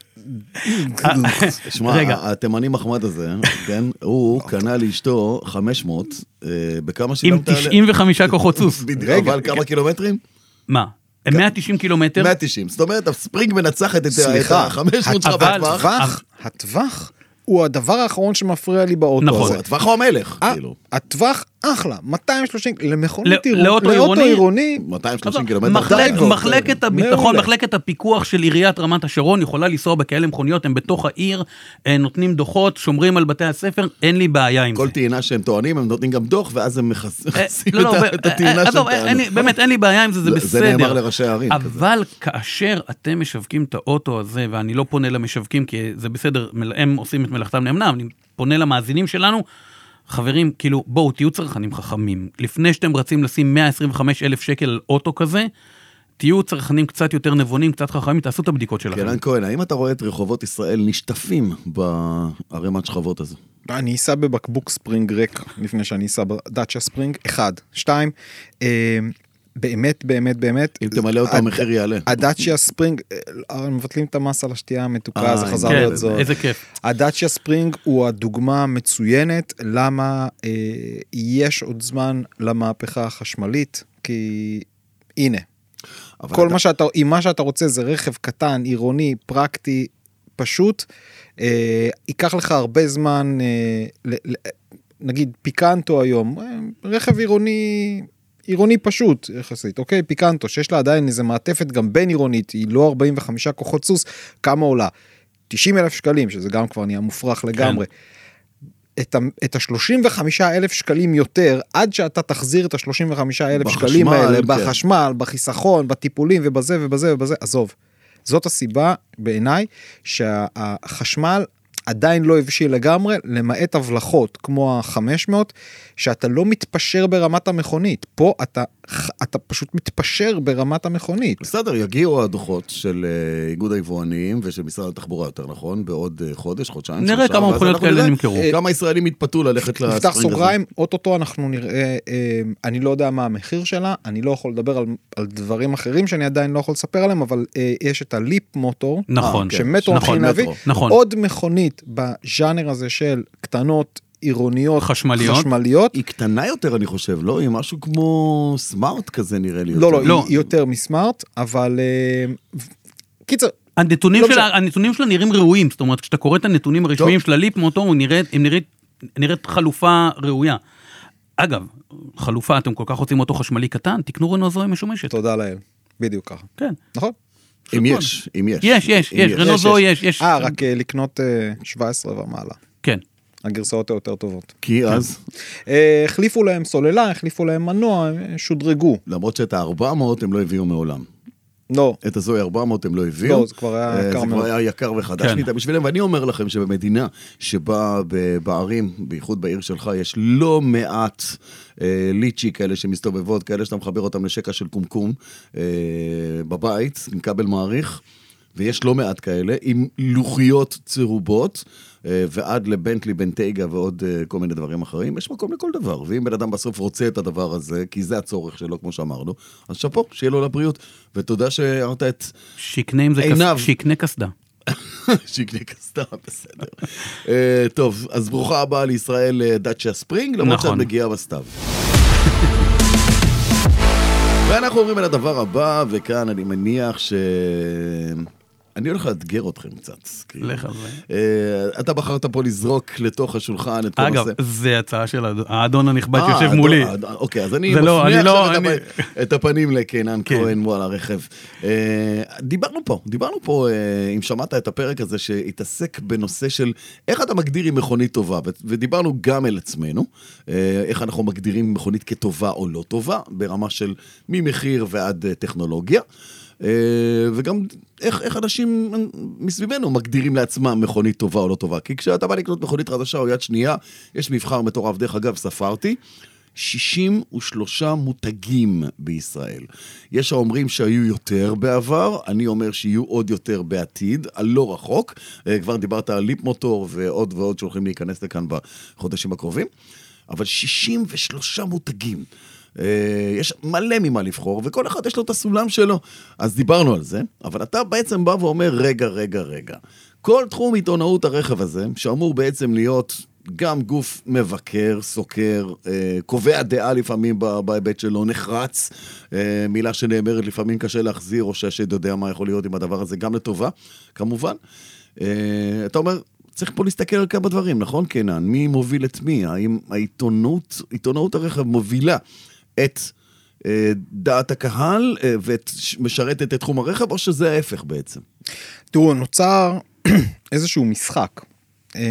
שמע, התימני מחמד הזה, כן, הוא קנה לאשתו חמש מאות, בכמה עם שילמת עליה? תשעים וחמישה כוחות סוס. בדיוק, אבל כמה קילומטרים? מה? מאה ותשעים קילומטר? מאה ותשעים, זאת אומרת, הספרינג מנצחת את סליחה, ה-חמש מאות שלך אבל- בטווח. הטווח, הטווח הוא הדבר האחרון שמפריע לי באוטו נכון. הזה. הטווח הוא המלך, אה, כאילו. הטווח אחלה, מאתיים ושלושים, למכונית לא- עירונית, לאוטו לאוטו עירוני- עירוני, מאתיים ושלושים קילומטר. מחלק- די, כבר. מחלקת הביטחון, מעולה. מחלקת הפיקוח של עיריית רמת השרון יכולה לנסוע בכאלה מכוניות, הם בתוך העיר, אה, נותנים דוחות, שומרים על בתי הספר, אין לי בעיה עם זה. כל טעינה שהם טוענים, הם נותנים גם דוח, ואז הם מכס- אה, מכסים לא, לא, את ה- ב- את הטעינה אה, שהם עזוב, אין לי- טענו. באמת אין לי בעיה עם זה, זה זה- בסדר. זה נאמר לראשי הערים כזה. אבל כאשר אתם משווקים את האוטו הזה, ואני לא פונה למשווקים, כי זה בסדר, הם עושים את מלאכתם נאמנה, אני פונה למאזינים שלנו, חברים, כאילו, בואו, תהיו צרכנים חכמים. לפני שאתם רצים לשים מאה עשרים וחמישה אלף שקל על אוטו כזה, תהיו צרכנים קצת יותר נבונים, קצת חכמים, תעשו את הבדיקות שלכם. קרן כהן, האם אתה רואה את רחובות ישראל נשטפים בערימת שכבות הזו? אני אסע בבקבוק ספרינג ריק, לפני שאני אסע בדאצ'ה ספרינג, אחד, שתיים, אה, באמת, באמת, באמת, אם תמלא אותו, הד- המחיר יעלה. הדאצ'ה ספרינג, אה, מבטלים את המס על השתייה המתוקה, אה, זה חזר כן, להיות זול. איזה כיף. הדאצ'ה ספרינג הוא הדוגמה המצוינת, למה אה, יש עוד זמן למהפכה החשמלית, כי הנה, אבל כל אתה- מה שאתה, אם מה שאתה רוצה זה רכב קטן, עירוני, פרקטי, פשוט, אה, ייקח לך הרבה זמן, אה, ל, ל, נגיד פיקנטו היום, אה, רכב עירוני, עירוני פשוט יחסית, אוקיי, פיקנטו, שיש לה עדיין איזה מעטפת גם בין עירונית, היא לא ארבעים וחמישה כוחות סוס, כמה עולה? תשעים אלף שקלים, שזה גם כבר נהיה מופרך לגמרי. את, ה, את ה-שלושים וחמישה אלף שקלים יותר, עד שאתה תחזיר את ה-שלושים וחמישה אלף בחשמל, שקלים האלה, כן. בחשמל, בחיסכון, בטיפולים ובזה ובזה ובזה, עזוב. זאת הסיבה בעיניי שהחשמל עדיין לא הבשיל לגמרי, למעט הבלחות כמו ה-חמש מאות, שאתה לא מתפשר ברמת המכונית. פה אתה, אתה פשוט מתפשר ברמת המכונית. בסדר, יגיעו הדוחות של אה, איגוד היבואנים ושל משרד התחבורה, יותר נכון, בעוד אה, חודש, חודשיים, נראה שלושה, כמה ואז מכוניות אנחנו כאלה נראה נמכרו. כמה ישראלים יתפתו ללכת לספרינג הזה. נפתח סוגריים, אוטוטו אנחנו נראה, אה, אני לא יודע מה המחיר שלה, אני לא יכול לדבר על, על דברים אחרים שאני עדיין לא יכול לספר עליהם, אבל אה, יש את הליפ מוטור, נכון. כן. שמטרו נכון, מתחילים להביא, מטרו. נכון. עוד מכונית בז'אנר הזה של קטנות, עירוניות, חשמליות. חשמליות. היא קטנה יותר, אני חושב, לא? היא משהו כמו סמארט כזה, נראה לי. לא, יותר. לא, לא. היא יותר מסמארט, אבל אה, קיצר, הנתונים לא שלה, משנה. הנתונים שלה נראים ראויים, זאת אומרת, כשאתה קורא את הנתונים הרשמיים של הליפ מוטור, הוא נראית, הם נראית, נראית חלופה ראויה. אגב, חלופה, אתם כל כך רוצים אוטו חשמלי קטן, תקנו רנו זוהי משומשת. תודה לאל, בדיוק ככה, כן. נכון? אם יש, אם יש. יש, יש, אם יש, רנו זוהי יש, יש. אה, רק אה, לקנות אה, שבע עשרה ומעלה, כן. הגרסאות היותר טובות. כי אז, אה, החליפו להם סוללה, החליפו להם מנוע, אה, שודרגו. למרות שאת ה-ארבע מאות הם לא הביאו מעולם. לא, את הזוי ארבע מאות הם לא הביאו. לא, זה כבר היה אה, יקר זה מאוד. כבר היה יקר וחדש כן. מדי בשבילם, ואני אומר לכם שבמדינה שבה ב- בערים, בייחוד בעיר שלך, יש לא מעט אה, ליצ'י כאלה שמסתובבות, כאלה שאתה מחבר אותם לשקע של קומקום אה, בבית, עם כבל מעריך, ויש לא מעט כאלה, עם לוחיות צהובות, אה, ועד לבנטלי, בנטייגה ועוד אה, כל מיני דברים אחרים, יש מקום לכל דבר, ואם בן אדם בסוף רוצה את הדבר הזה, כי זה הצורך שלו, כמו שאמרנו, אז שפו, שיהיה לו לבריאות, ותודה שהערת את שיקנה עם זה, עיניו. כס- שיקנה קסדה. שיקנה קסדה, בסדר. אה, טוב, אז ברוכה הבאה לישראל אה, דאצ'ה ספרינג, למרות נכון. שאת מגיעה בסתיו. ואנחנו עוברים אל הדבר הבא, וכאן אני מניח ש... אני הולך לאתגר אתכם קצת. כאילו. לך על זה. אה, אתה בחרת פה לזרוק לתוך השולחן את כל אגב, הנושא. זה הצעה של האד- האדון הנכבד אה, שיושב האדון- מולי. האדון- אוקיי, אז אני זה לא, מפנה אני לא, עכשיו את אני- הפ- את הפנים לקינן כן. כהן וואלה רכב. אה, דיברנו פה, דיברנו פה, אה, אם שמעת את הפרק הזה שהתעסק בנושא של איך אתה מגדיר עם מכונית טובה, ו- ודיברנו גם אל עצמנו, אה, איך אנחנו מגדירים מכונית כטובה או לא טובה, ברמה של ממחיר ועד אה, טכנולוגיה. וגם איך, איך אנשים מסביבנו מגדירים לעצמם מכונית טובה או לא טובה. כי כשאתה בא לקנות מכונית חדשה או יד שנייה, יש מבחר מטורף, דרך אגב, ספרתי, שישים ושלושה מותגים בישראל. יש האומרים שהיו יותר בעבר, אני אומר שיהיו עוד יותר בעתיד, הלא רחוק. כבר דיברת על ליפ מוטור ועוד ועוד שהולכים להיכנס לכאן בחודשים הקרובים. אבל שישים ושלושה מותגים. יש מלא ממה לבחור, וכל אחד יש לו את הסולם שלו. אז דיברנו על זה, אבל אתה בעצם בא ואומר, רגע, רגע, רגע. כל תחום עיתונאות הרכב הזה, שאמור בעצם להיות גם גוף מבקר, סוקר, קובע דעה לפעמים בהיבט שלו, נחרץ, מילה שנאמרת לפעמים קשה להחזיר, או שהשד יודע מה יכול להיות עם הדבר הזה, גם לטובה, כמובן. אתה אומר, צריך פה להסתכל על כמה דברים, נכון, קנן? מי מוביל את מי? האם העיתונות, עיתונאות הרכב מובילה את אה, דעת הקהל אה, ומשרתת את תחום הרכב, או שזה ההפך בעצם? תראו, נוצר איזשהו משחק, אה,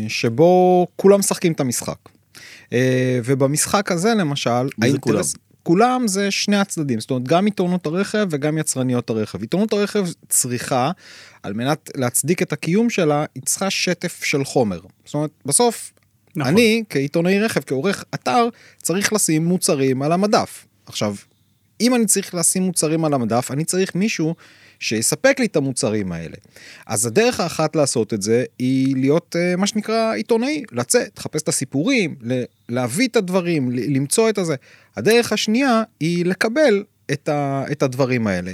שבו כולם משחקים את המשחק. אה, ובמשחק הזה, למשל, האינטרס... כולם? כולם זה שני הצדדים, זאת אומרת, גם עיתונות הרכב וגם יצרניות הרכב. עיתונות הרכב צריכה, על מנת להצדיק את הקיום שלה, היא צריכה שטף של חומר. זאת אומרת, בסוף, נכון. אני, כעיתונאי רכב, כעורך אתר, צריך לשים מוצרים על המדף. עכשיו, אם אני צריך לשים מוצרים על המדף, אני צריך מישהו שיספק לי את המוצרים האלה. אז הדרך האחת לעשות את זה, היא להיות, מה שנקרא, עיתונאי, לצאת, לחפש את הסיפורים, להביא את הדברים, למצוא את הזה. הדרך השנייה היא לקבל את, ה, את הדברים האלה.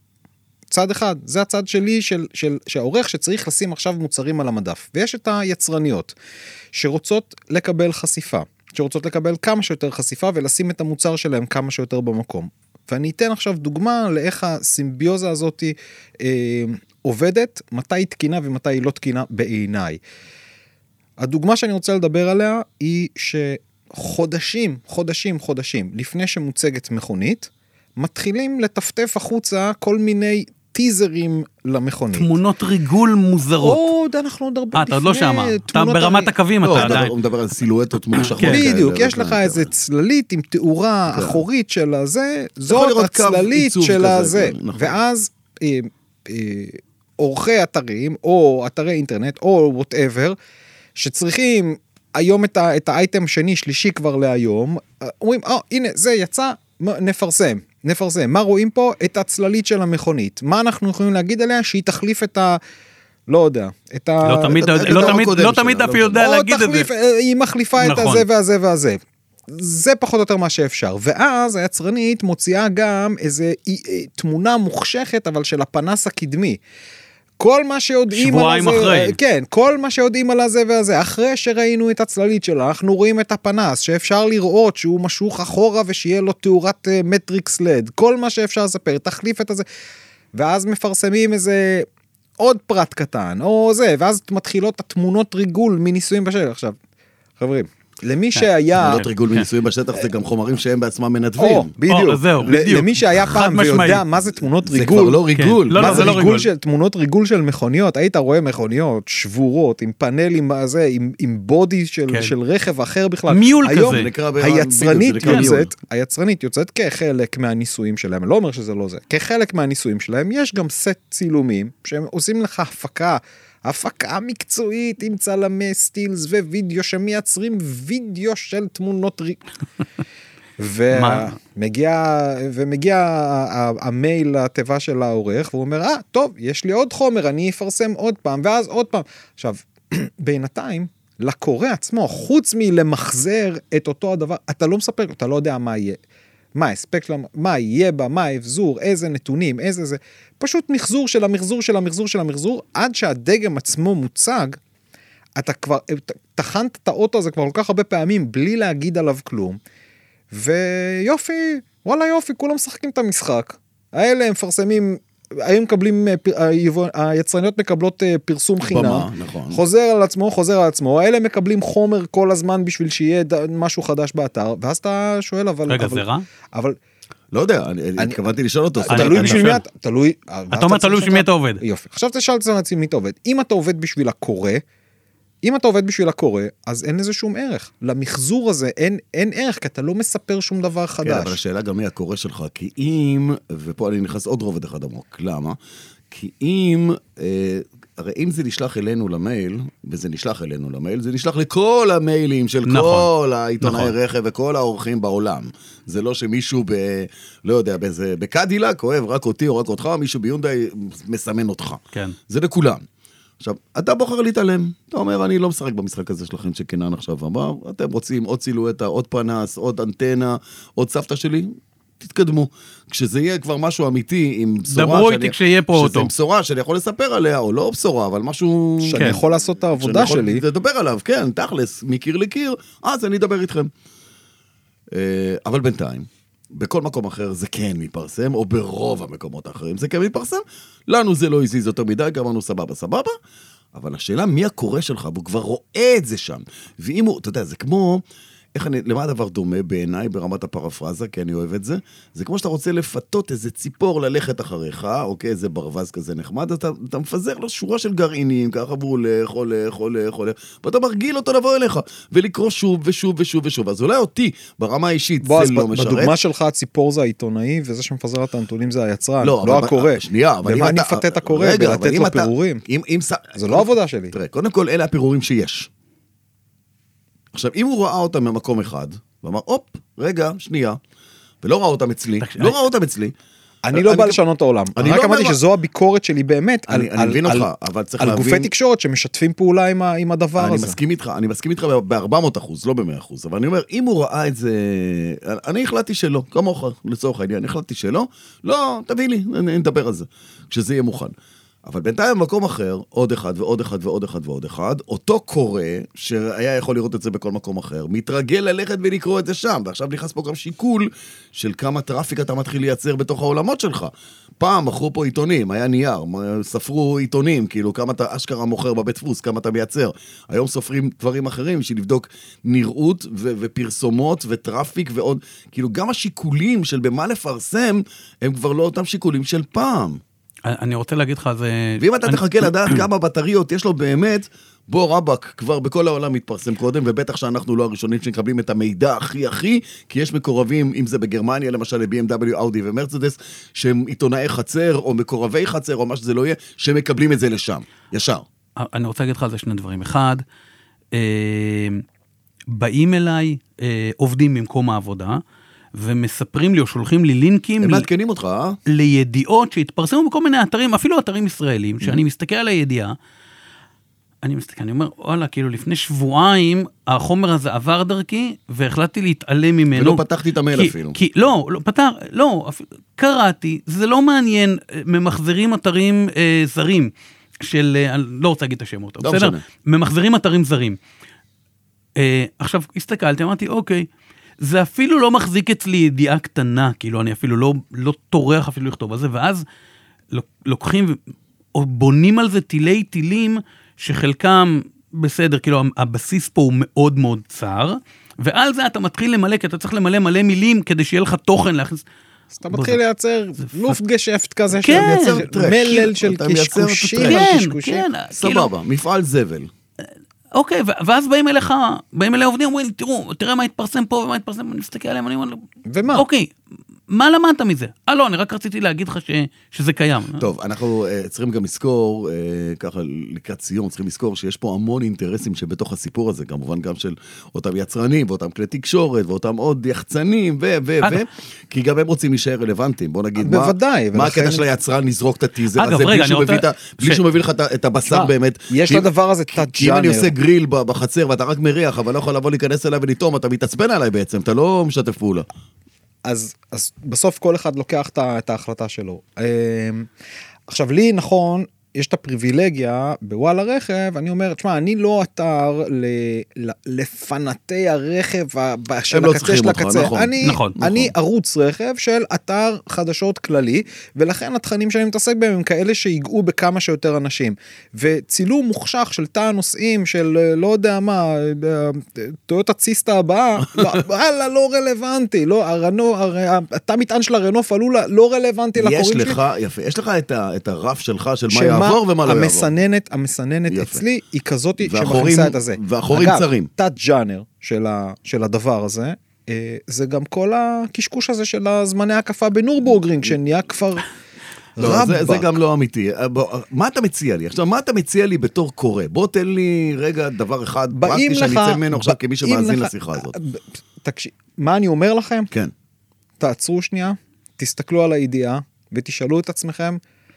צד אחד, זה הצד שלי, של, של, שהעורך שצריך לשים עכשיו מוצרים על המדף. ויש את היצרניות, שרוצות לקבל חשיפה, שרוצות לקבל כמה שיותר חשיפה, ולשים את המוצר שלהם כמה שיותר במקום. ואני אתן עכשיו דוגמה לאיך הסימביוזה הזאת אה, עובדת, מתי היא תקינה ומתי היא לא תקינה בעיניי. הדוגמה שאני רוצה לדבר עליה היא שחודשים, חודשים, חודשים, לפני שמוצגת מכונית, מתחילים לטפטף החוצה כל מיני טיזרים למכונית. תמונות ריגול מוזרות. עוד, אנחנו עוד הרבה לפני. אתה עוד לא שמה, אתה ברמת הקווים אתה עדיין. הוא מדבר על סילואטות מול שחור. בדיוק, יש לך איזה צללית עם תאורה אחורית של הזה, זאת הצללית של הזה. ואז עורכי אתרים, או אתרי אינטרנט, או whatever, שצריכים היום את האייטם שני, שלישי כבר להיום, אומרים, אה, הנה, זה יצא, נפרסם. נפרסם. מה רואים פה? את הצללית של המכונית. מה אנחנו יכולים להגיד עליה? שהיא תחליף את ה... לא יודע. את ה... לא תמיד, לא תמיד, לא תמיד אפילו יודע להגיד את זה. היא מחליפה את הזה והזה והזה. זה פחות או יותר מה שאפשר. ואז היצרנית מוציאה גם איזה תמונה מוחשכת, אבל של הפנס הקדמי. כל מה שיודעים על הזה, אחרי. כן, כל מה שיודעים על הזה והזה, אחרי שראינו את הצללית שלה, אנחנו רואים את הפנס, שאפשר לראות שהוא משוך אחורה, ושיהיה לו תאורת מטריקס לד, כל מה שאפשר לספר, תחליף את הזה, ואז מפרסמים איזה עוד פרט קטן, או זה, ואז מתחילות התמונות ריגול מניסויים בשטח. עכשיו, חברים, למי שהיה... תמונות ריגול מניסויים בשטח זה גם חומרים שהם בעצמם מנדבים. בדיוק. למי שהיה פעם ויודע מה זה תמונות ריגול. זה כבר לא ריגול. מה זה ריגול של תמונות ריגול של מכוניות? היית רואה מכוניות שבורות עם פאנלים הזה, עם בודי של רכב אחר בכלל. מיול כזה. היצרנית יוצאת, היצרנית יוצאת כחלק מהניסויים שלהם. לא אומר שזה לא זה. כחלק מהניסויים שלהם יש גם סט צילומים שהם עושים לך הפקה הפקה מקצועית עם צלמי סטילס ווידאו שמייצרים וידאו של תמונות ריק. ומגיע, ומגיע המייל לתיבה של העורך, והוא אומר, אה, טוב, יש לי עוד חומר, אני אפרסם עוד פעם, ואז עוד פעם. עכשיו, בינתיים, לקורא עצמו, חוץ מלמחזר את אותו הדבר, אתה לא מספר, אתה לא יודע מה יהיה. מה האספקט, מה יהיה בה, מה האבזור, איזה נתונים, איזה זה, פשוט מחזור של המחזור של המחזור של המחזור, עד שהדגם עצמו מוצג, אתה כבר, תחנת את האוטו הזה כבר כל כך הרבה פעמים, בלי להגיד עליו כלום, ויופי, וואלה יופי, כולם משחקים את המשחק, האלה הם מפרסמים, היום מקבלים, היצרניות מקבלות פרסום חינם, נכון. חוזר על עצמו, חוזר על עצמו, האלה מקבלים חומר כל הזמן בשביל שיהיה משהו חדש באתר, ואז אתה שואל, אבל... רגע, אבל, זה רע? אבל... לא יודע, אני התכוונתי לשאול אותו. תלוי בשביל מי אתה... תלוי... אתה אומר, תלוי בשביל מי אתה עובד. יופי. עכשיו תשאל את עצמי מי אתה עובד. אם אתה עובד בשביל הקורא, אם אתה עובד בשביל הקורא, אז אין לזה שום ערך. למחזור הזה אין, אין ערך, כי אתה לא מספר שום דבר חדש. כן, אבל השאלה גם מי הקורא שלך, כי אם, ופה אני נכנס עוד רובד אחד עמוק, למה? כי אם, אה, הרי אם זה נשלח אלינו למייל, וזה נשלח אלינו למייל, זה נשלח לכל המיילים של נכון, כל העיתונאי נכון. רכב וכל האורחים בעולם. זה לא שמישהו ב, לא יודע, באיזה, בקדילק, אוהב רק אותי או רק אותך, מישהו ביונדאי מסמן אותך. כן. זה לכולם. עכשיו, אתה בוחר להתעלם. אתה אומר, אני לא משחק במשחק הזה שלכם שקנן עכשיו אמר, אתם רוצים עוד סילואטה, עוד פנס, עוד אנטנה, עוד סבתא שלי, תתקדמו. כשזה יהיה כבר משהו אמיתי, עם בשורה... דברו איתי כשיהיה פה אותו. שזה בשורה שאני יכול לספר עליה, או לא בשורה, אבל משהו... שאני יכול לעשות את העבודה שלי. לדבר עליו, כן, תכלס, מקיר לקיר, אז אני אדבר איתכם. אבל בינתיים, בכל מקום אחר זה כן מתפרסם, או ברוב המקומות האחרים זה כן מתפרסם. לנו זה לא הזיז יותר מדי, גם לנו סבבה, סבבה. אבל השאלה, מי הקורא שלך? הוא כבר רואה את זה שם. ואם הוא, אתה יודע, זה כמו... איך אני, למה הדבר דומה בעיניי ברמת הפרפרזה, כי אני אוהב את זה? זה כמו שאתה רוצה לפתות איזה ציפור ללכת אחריך, אוקיי, איזה ברווז כזה נחמד, אתה, אתה מפזר לו שורה של גרעינים, ככה והוא הולך, הולך, הולך, הולך, ואתה מרגיל אותו לבוא אליך, ולקרוא שוב ושוב ושוב ושוב. אז אולי אותי, ברמה האישית, בוא, זה לא משרת. בדוגמה שלך, הציפור זה העיתונאי, וזה שמפזר את הנתונים זה היצרן, לא, לא אבל, הקורא. שנייה, אבל ומה אני מפתה את הקורא? בלתת לו פירורים? אם, אם, זה לא עבודה שלי. תראה, קודם כל, אלה הפירורים שיש. עכשיו, אם הוא ראה אותם ממקום אחד, ואמר, הופ, רגע, שנייה, ולא ראה אותם אצלי, לא ראה אותם אצלי. אני לא בא לשנות את העולם. אני רק אמרתי שזו הביקורת שלי באמת, על גופי תקשורת שמשתפים פעולה עם הדבר הזה. אני מסכים איתך, אני מסכים איתך ב-ארבע מאות אחוז, לא ב-מאה אחוז, אבל אני אומר, אם הוא ראה את זה, אני החלטתי שלא, כמוך, לצורך העניין, אני החלטתי שלא, לא, תביא לי, אני נדבר על זה, כשזה יהיה מוכן. אבל בינתיים במקום אחר, עוד אחד ועוד אחד ועוד אחד ועוד אחד, אותו קורא, שהיה יכול לראות את זה בכל מקום אחר, מתרגל ללכת ולקרוא את זה שם, ועכשיו נכנס פה גם שיקול של כמה טראפיק אתה מתחיל לייצר בתוך העולמות שלך. פעם מכרו פה עיתונים, היה נייר, ספרו עיתונים, כאילו כמה אתה אשכרה מוכר בבית דפוס, כמה אתה מייצר. היום סופרים דברים אחרים, בשביל לבדוק נראות ו- ופרסומות וטראפיק ועוד, כאילו גם השיקולים של במה לפרסם, הם כבר לא אותם שיקולים של פעם. אני רוצה להגיד לך, זה... ואם אתה תחכה לדעת כמה בטריות יש לו באמת, בוא רבק, כבר בכל העולם מתפרסם קודם, ובטח שאנחנו לא הראשונים שמקבלים את המידע הכי הכי, כי יש מקורבים, אם זה בגרמניה, למשל ל-בי אם דאבליו, אאודי ומרצדס, שהם עיתונאי חצר, או מקורבי חצר, או מה שזה לא יהיה, שמקבלים את זה לשם, ישר. אני רוצה להגיד לך על זה שני דברים. אחד, באים אליי עובדים במקום העבודה, ומספרים לי או שולחים לי לינקים הם מעדכנים אותך, אה? לידיעות שהתפרסמו בכל מיני אתרים, אפילו אתרים ישראלים, שאני מסתכל על הידיעה, אני מסתכל, אני אומר, וואלה, כאילו לפני שבועיים החומר הזה עבר דרכי, והחלטתי להתעלם ממנו. ולא פתחתי את המייל אפילו. כי, לא, לא, פתח, לא, קראתי, זה לא מעניין, ממחזרים אתרים אה, זרים, של, אני לא רוצה להגיד את השמות, לא בסדר? משנה. ממחזרים אתרים זרים. אה, עכשיו, הסתכלתי, אמרתי, אוקיי, זה אפילו לא מחזיק אצלי ידיעה קטנה, כאילו אני אפילו לא, לא תורח אפילו לכתוב על זה, ואז לוקחים או בונים על זה טילי טילים, שחלקם בסדר, כאילו הבסיס פה הוא מאוד מאוד צר, ועל זה אתה מתחיל למלא, כי אתה צריך למלא מלא מילים, כדי שיהיה לך תוכן להכניס. אז אתה מתחיל לייצר לופט גשפט כזה, כן, מלל של קשקושים, כן, סבבה, מפעל זבל. אוקיי, ואז באים אליך, באים אלי עובדים, אומרים, תראו, תראה מה התפרסם פה ומה התפרסם, אני מסתכל עליהם, אני אומר, ומה? אוקיי, מה למדת מזה? אה, לא, אני רק רציתי להגיד לך שזה קיים. טוב, אנחנו צריכים גם לזכור, ככה לקראת סיום, צריכים לזכור שיש פה המון אינטרסים שבתוך הסיפור הזה, כמובן גם של אותם יצרנים, ואותם כלי תקשורת, ואותם עוד יחצנים, ו, ו, ו, כי גם הם רוצים להישאר רלוונטיים. בוא נגיד, מה הקטע של היצרן לזרוק את הטיזר הזה, בלי שהוא מביא לך את הבשר באמת. יש לדבר הזה תת כי אם אני עושה גריל בחצר, ואתה רק מריח, אבל לא יכול לבוא להיכנס אליי ולטום, אתה מתעצבן עליי בעצם, אתה לא משתף פעולה. אז, אז בסוף כל אחד לוקח את ההחלטה שלו. עכשיו, לי נכון, יש את הפריבילגיה בוואלה רכב, אני אומר, תשמע, אני לא אתר לפנתי הרכב של הקצה של הקצה. אני, אני ערוץ רכב של אתר חדשות כללי, ולכן התכנים שאני מתעסק בהם הם כאלה שיגעו בכמה שיותר אנשים. וצילום מוחשך של תא הנושאים של לא יודע מה, טויוטה ציסטה הבאה, וואלה, לא רלוונטי, לא, הרנו, התא מטען של הרנוף עלו לא רלוונטי לקוראים שלי. יש לך, יפה, יש לך את הרף שלך של מה יעבור. יעבור ומה לא יעבור. המסננת, המסננת אצלי היא כזאת שמכניסה את הזה. והחורים צרים. אגב, תת ג'אנר של הדבר הזה, זה גם כל הקשקוש הזה של הזמני הקפה בנורבורגרינג, שנהיה כבר רבק. זה גם לא אמיתי. מה אתה מציע לי? עכשיו, מה אתה מציע לי בתור קורא? בוא תן לי רגע דבר אחד, פרקטי שאני אצא ממנו עכשיו כמי שמאזין לשיחה הזאת. תקשיב, מה אני אומר לכם? כן. תעצרו שנייה, תסתכלו על הידיעה, ותשאלו את עצמכם,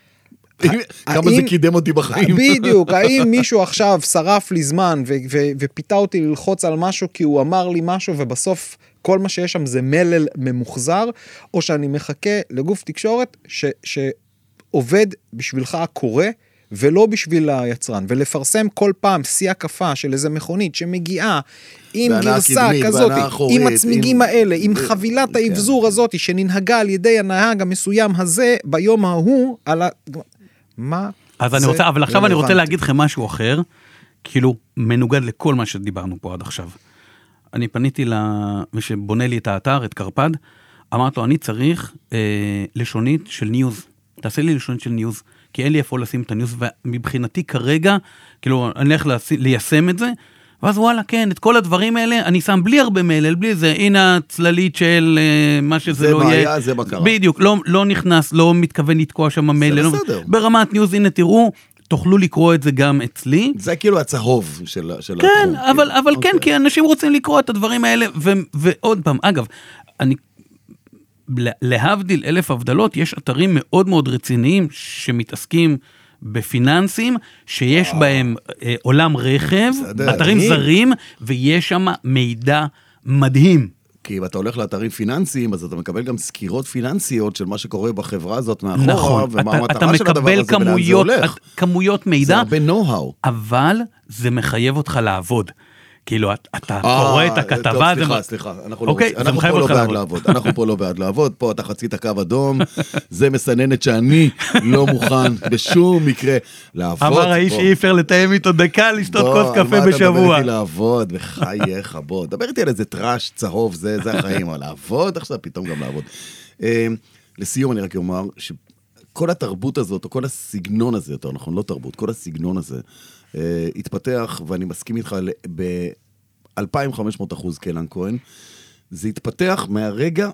כמה זה קידם אותי בחיים. בדיוק, האם מישהו עכשיו שרף לי זמן ופיתה אותי ללחוץ על משהו כי הוא אמר לי משהו ובסוף כל מה שיש שם זה מלל ממוחזר, או שאני מחכה לגוף תקשורת שעובד בשבילך הקורא ולא בשביל היצרן, ולפרסם כל פעם שיא הקפה של איזה מכונית שמגיעה עם גרסה כזאת, עם הצמיגים האלה, עם חבילת האבזור הזאת שננהגה על ידי הנהג המסוים הזה ביום ההוא על ה... מה? אז אני רוצה, אבל עכשיו אני רוצה להגיד לכם משהו אחר, כאילו מנוגד לכל מה שדיברנו פה עד עכשיו. אני פניתי למי שבונה לי את האתר, את קרפד, אמרת לו, אני צריך אה, לשונית של ניוז. תעשה לי לשונית של ניוז, כי אין לי איפה לשים את הניוז, ומבחינתי כרגע, כאילו, אני הולך ליישם את זה, ואז וואלה, כן, את כל הדברים האלה, אני שם בלי הרבה מלל, בלי זה, הנה הצללית של אה, מה שזה לא יהיה. זה בעיה, זה בקרה. בדיוק, לא, לא נכנס, לא מתכוון לתקוע שם מלל. זה בסדר. לא, ברמת ניוז, הנה תראו, תוכלו לקרוא את זה גם אצלי. זה כאילו הצהוב של, של כן, התחום. אבל, כאילו. אבל אוקיי. כן, כי אנשים רוצים לקרוא את הדברים האלה, ו, ועוד פעם, אגב, אני, להבדיל אלף הבדלות, יש אתרים מאוד מאוד רציניים, שמתעסקים בפיננסים, שיש בהם אה, עולם רכב, אתרים זרים, ויש שם מידע מדהים. כי אם אתה הולך לאתרים פיננסיים, אז אתה מקבל גם סקירות פיננסיות של מה שקורה בחברה הזאת מאחורה, נכון, ומה אתה, המטרה אתה של הדבר הזה, מקבל כמויות, כמויות מידע, זה הרבה know-how. אבל זה מחייב אותך לעבוד. כאילו, אתה קורא את הכתבה... טוב, סליחה, סליחה, אנחנו אוקיי, אנחנו פה לא בעד לעבוד, אנחנו פה לא בעד לעבוד, פה אתה חצית קו אדום, זה מסננת שאני לא מוכן בשום מקרה לעבוד. אמר האיש אי אפשר לתאם איתו דקה, לשתות כוס קפה בשבוע. מה אתה מדבר איתי לעבוד, וחייך, בוא, דבר איתי על איזה טרש צהוב, זה החיים, אבל לעבוד עכשיו, פתאום גם לעבוד. לסיום אני רק אומר, שכל התרבות הזאת, או כל הסגנון הזה, יותר נכון, לא תרבות, כל הסגנון הזה, התפתח, ואני מסכים איתך ב-אלפיים וחמש מאות אחוז קלן כהן, זה התפתח מהרגע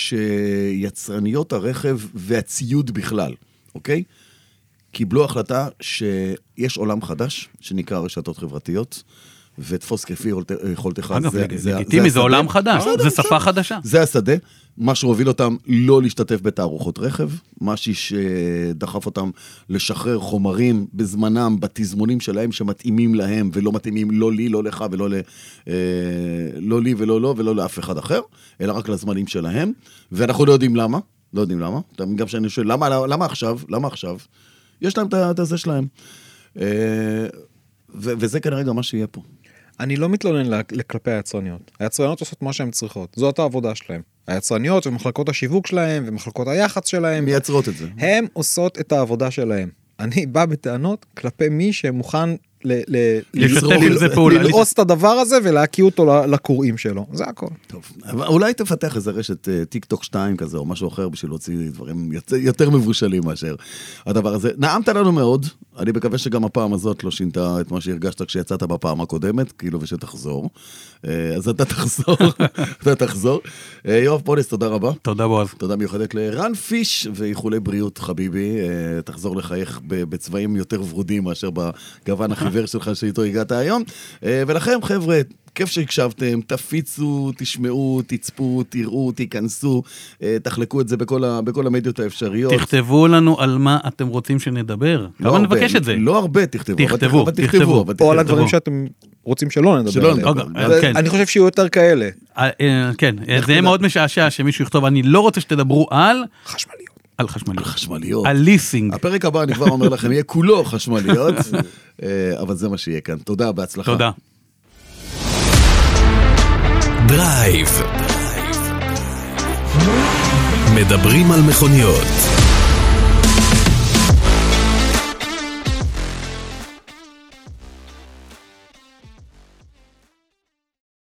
שיצרניות הרכב והציוד בכלל, אוקיי? קיבלו החלטה שיש עולם חדש, שנקרא רשתות חברתיות, ותפוס כפי יכולתך. אגב, לגיטימי, זה עולם חדש, זה שפה חדשה. זה השדה, מה שהוביל אותם לא להשתתף בתערוכות רכב, מה שדחף אותם לשחרר חומרים בזמנם, בתזמונים שלהם שמתאימים להם, ולא מתאימים לא לי, לא לך, ולא לא לי ולא לא, ולא לאף אחד אחר, אלא רק לזמנים שלהם, ואנחנו לא יודעים למה, לא יודעים למה, גם שאני שואל, למה, למה עכשיו, למה עכשיו? יש להם את הזה שלהם. וזה כנראה גם מה שיהיה פה. אני לא מתלונן לכלפי היצרניות. היצרניות עושות מה שהן צריכות. זאת העבודה שלהן. היצרניות ומחלקות השיווק שלהן ומחלקות היחס שלהן. מייצרות את זה. הן עושות את העבודה שלהן. אני בא בטענות כלפי מי שמוכן ללעוס את הדבר הזה ולהקיא אותו לקוראים שלו. זה הכל. טוב. אולי תפתח איזה רשת טיק טוק שתיים כזה או משהו אחר בשביל להוציא דברים יותר מבושלים מאשר הדבר הזה. נעמת לנו מאוד. אני מקווה שגם הפעם הזאת לא שינתה את מה שהרגשת כשיצאת בפעם הקודמת, כאילו ושתחזור. אז אתה תחזור. אתה תחזור. יואב פולס, תודה רבה. תודה בועז. תודה מיוחדת לרן פיש ואיחולי בריאות חביבי. תחזור לחייך בצבעים יותר ורודים מאשר בגוון החיוור שלך שאיתו הגעת היום. ולכם חבר'ה, כיף שהקשבתם, תפיצו, תשמעו, תצפו, תראו, תיכנסו, תחלקו את זה בכל, ה, בכל המדיות האפשריות. תכתבו לנו על מה אתם רוצים שנדבר. לא כמה נבקש את זה? לא הרבה תכתבו. תכתבו, אבל תכתבו. תכתבו. או על הדברים שאתם רוצים שלא נדבר שלא עליהם. נדבר. כן. אני חושב שיהיו יותר כאלה. כן, זה יהיה מאוד משעשע שמישהו יכתוב, אני לא רוצה שתדברו על... חשמליות. על חשמליות. על חשמליות. על ליסינג. הפרק הבא, אני כבר אומר לכם, יהיה כולו חשמליות, אבל זה מה שיהיה כאן. תודה, בהצלחה. תודה. דרייב. מדברים על מכוניות.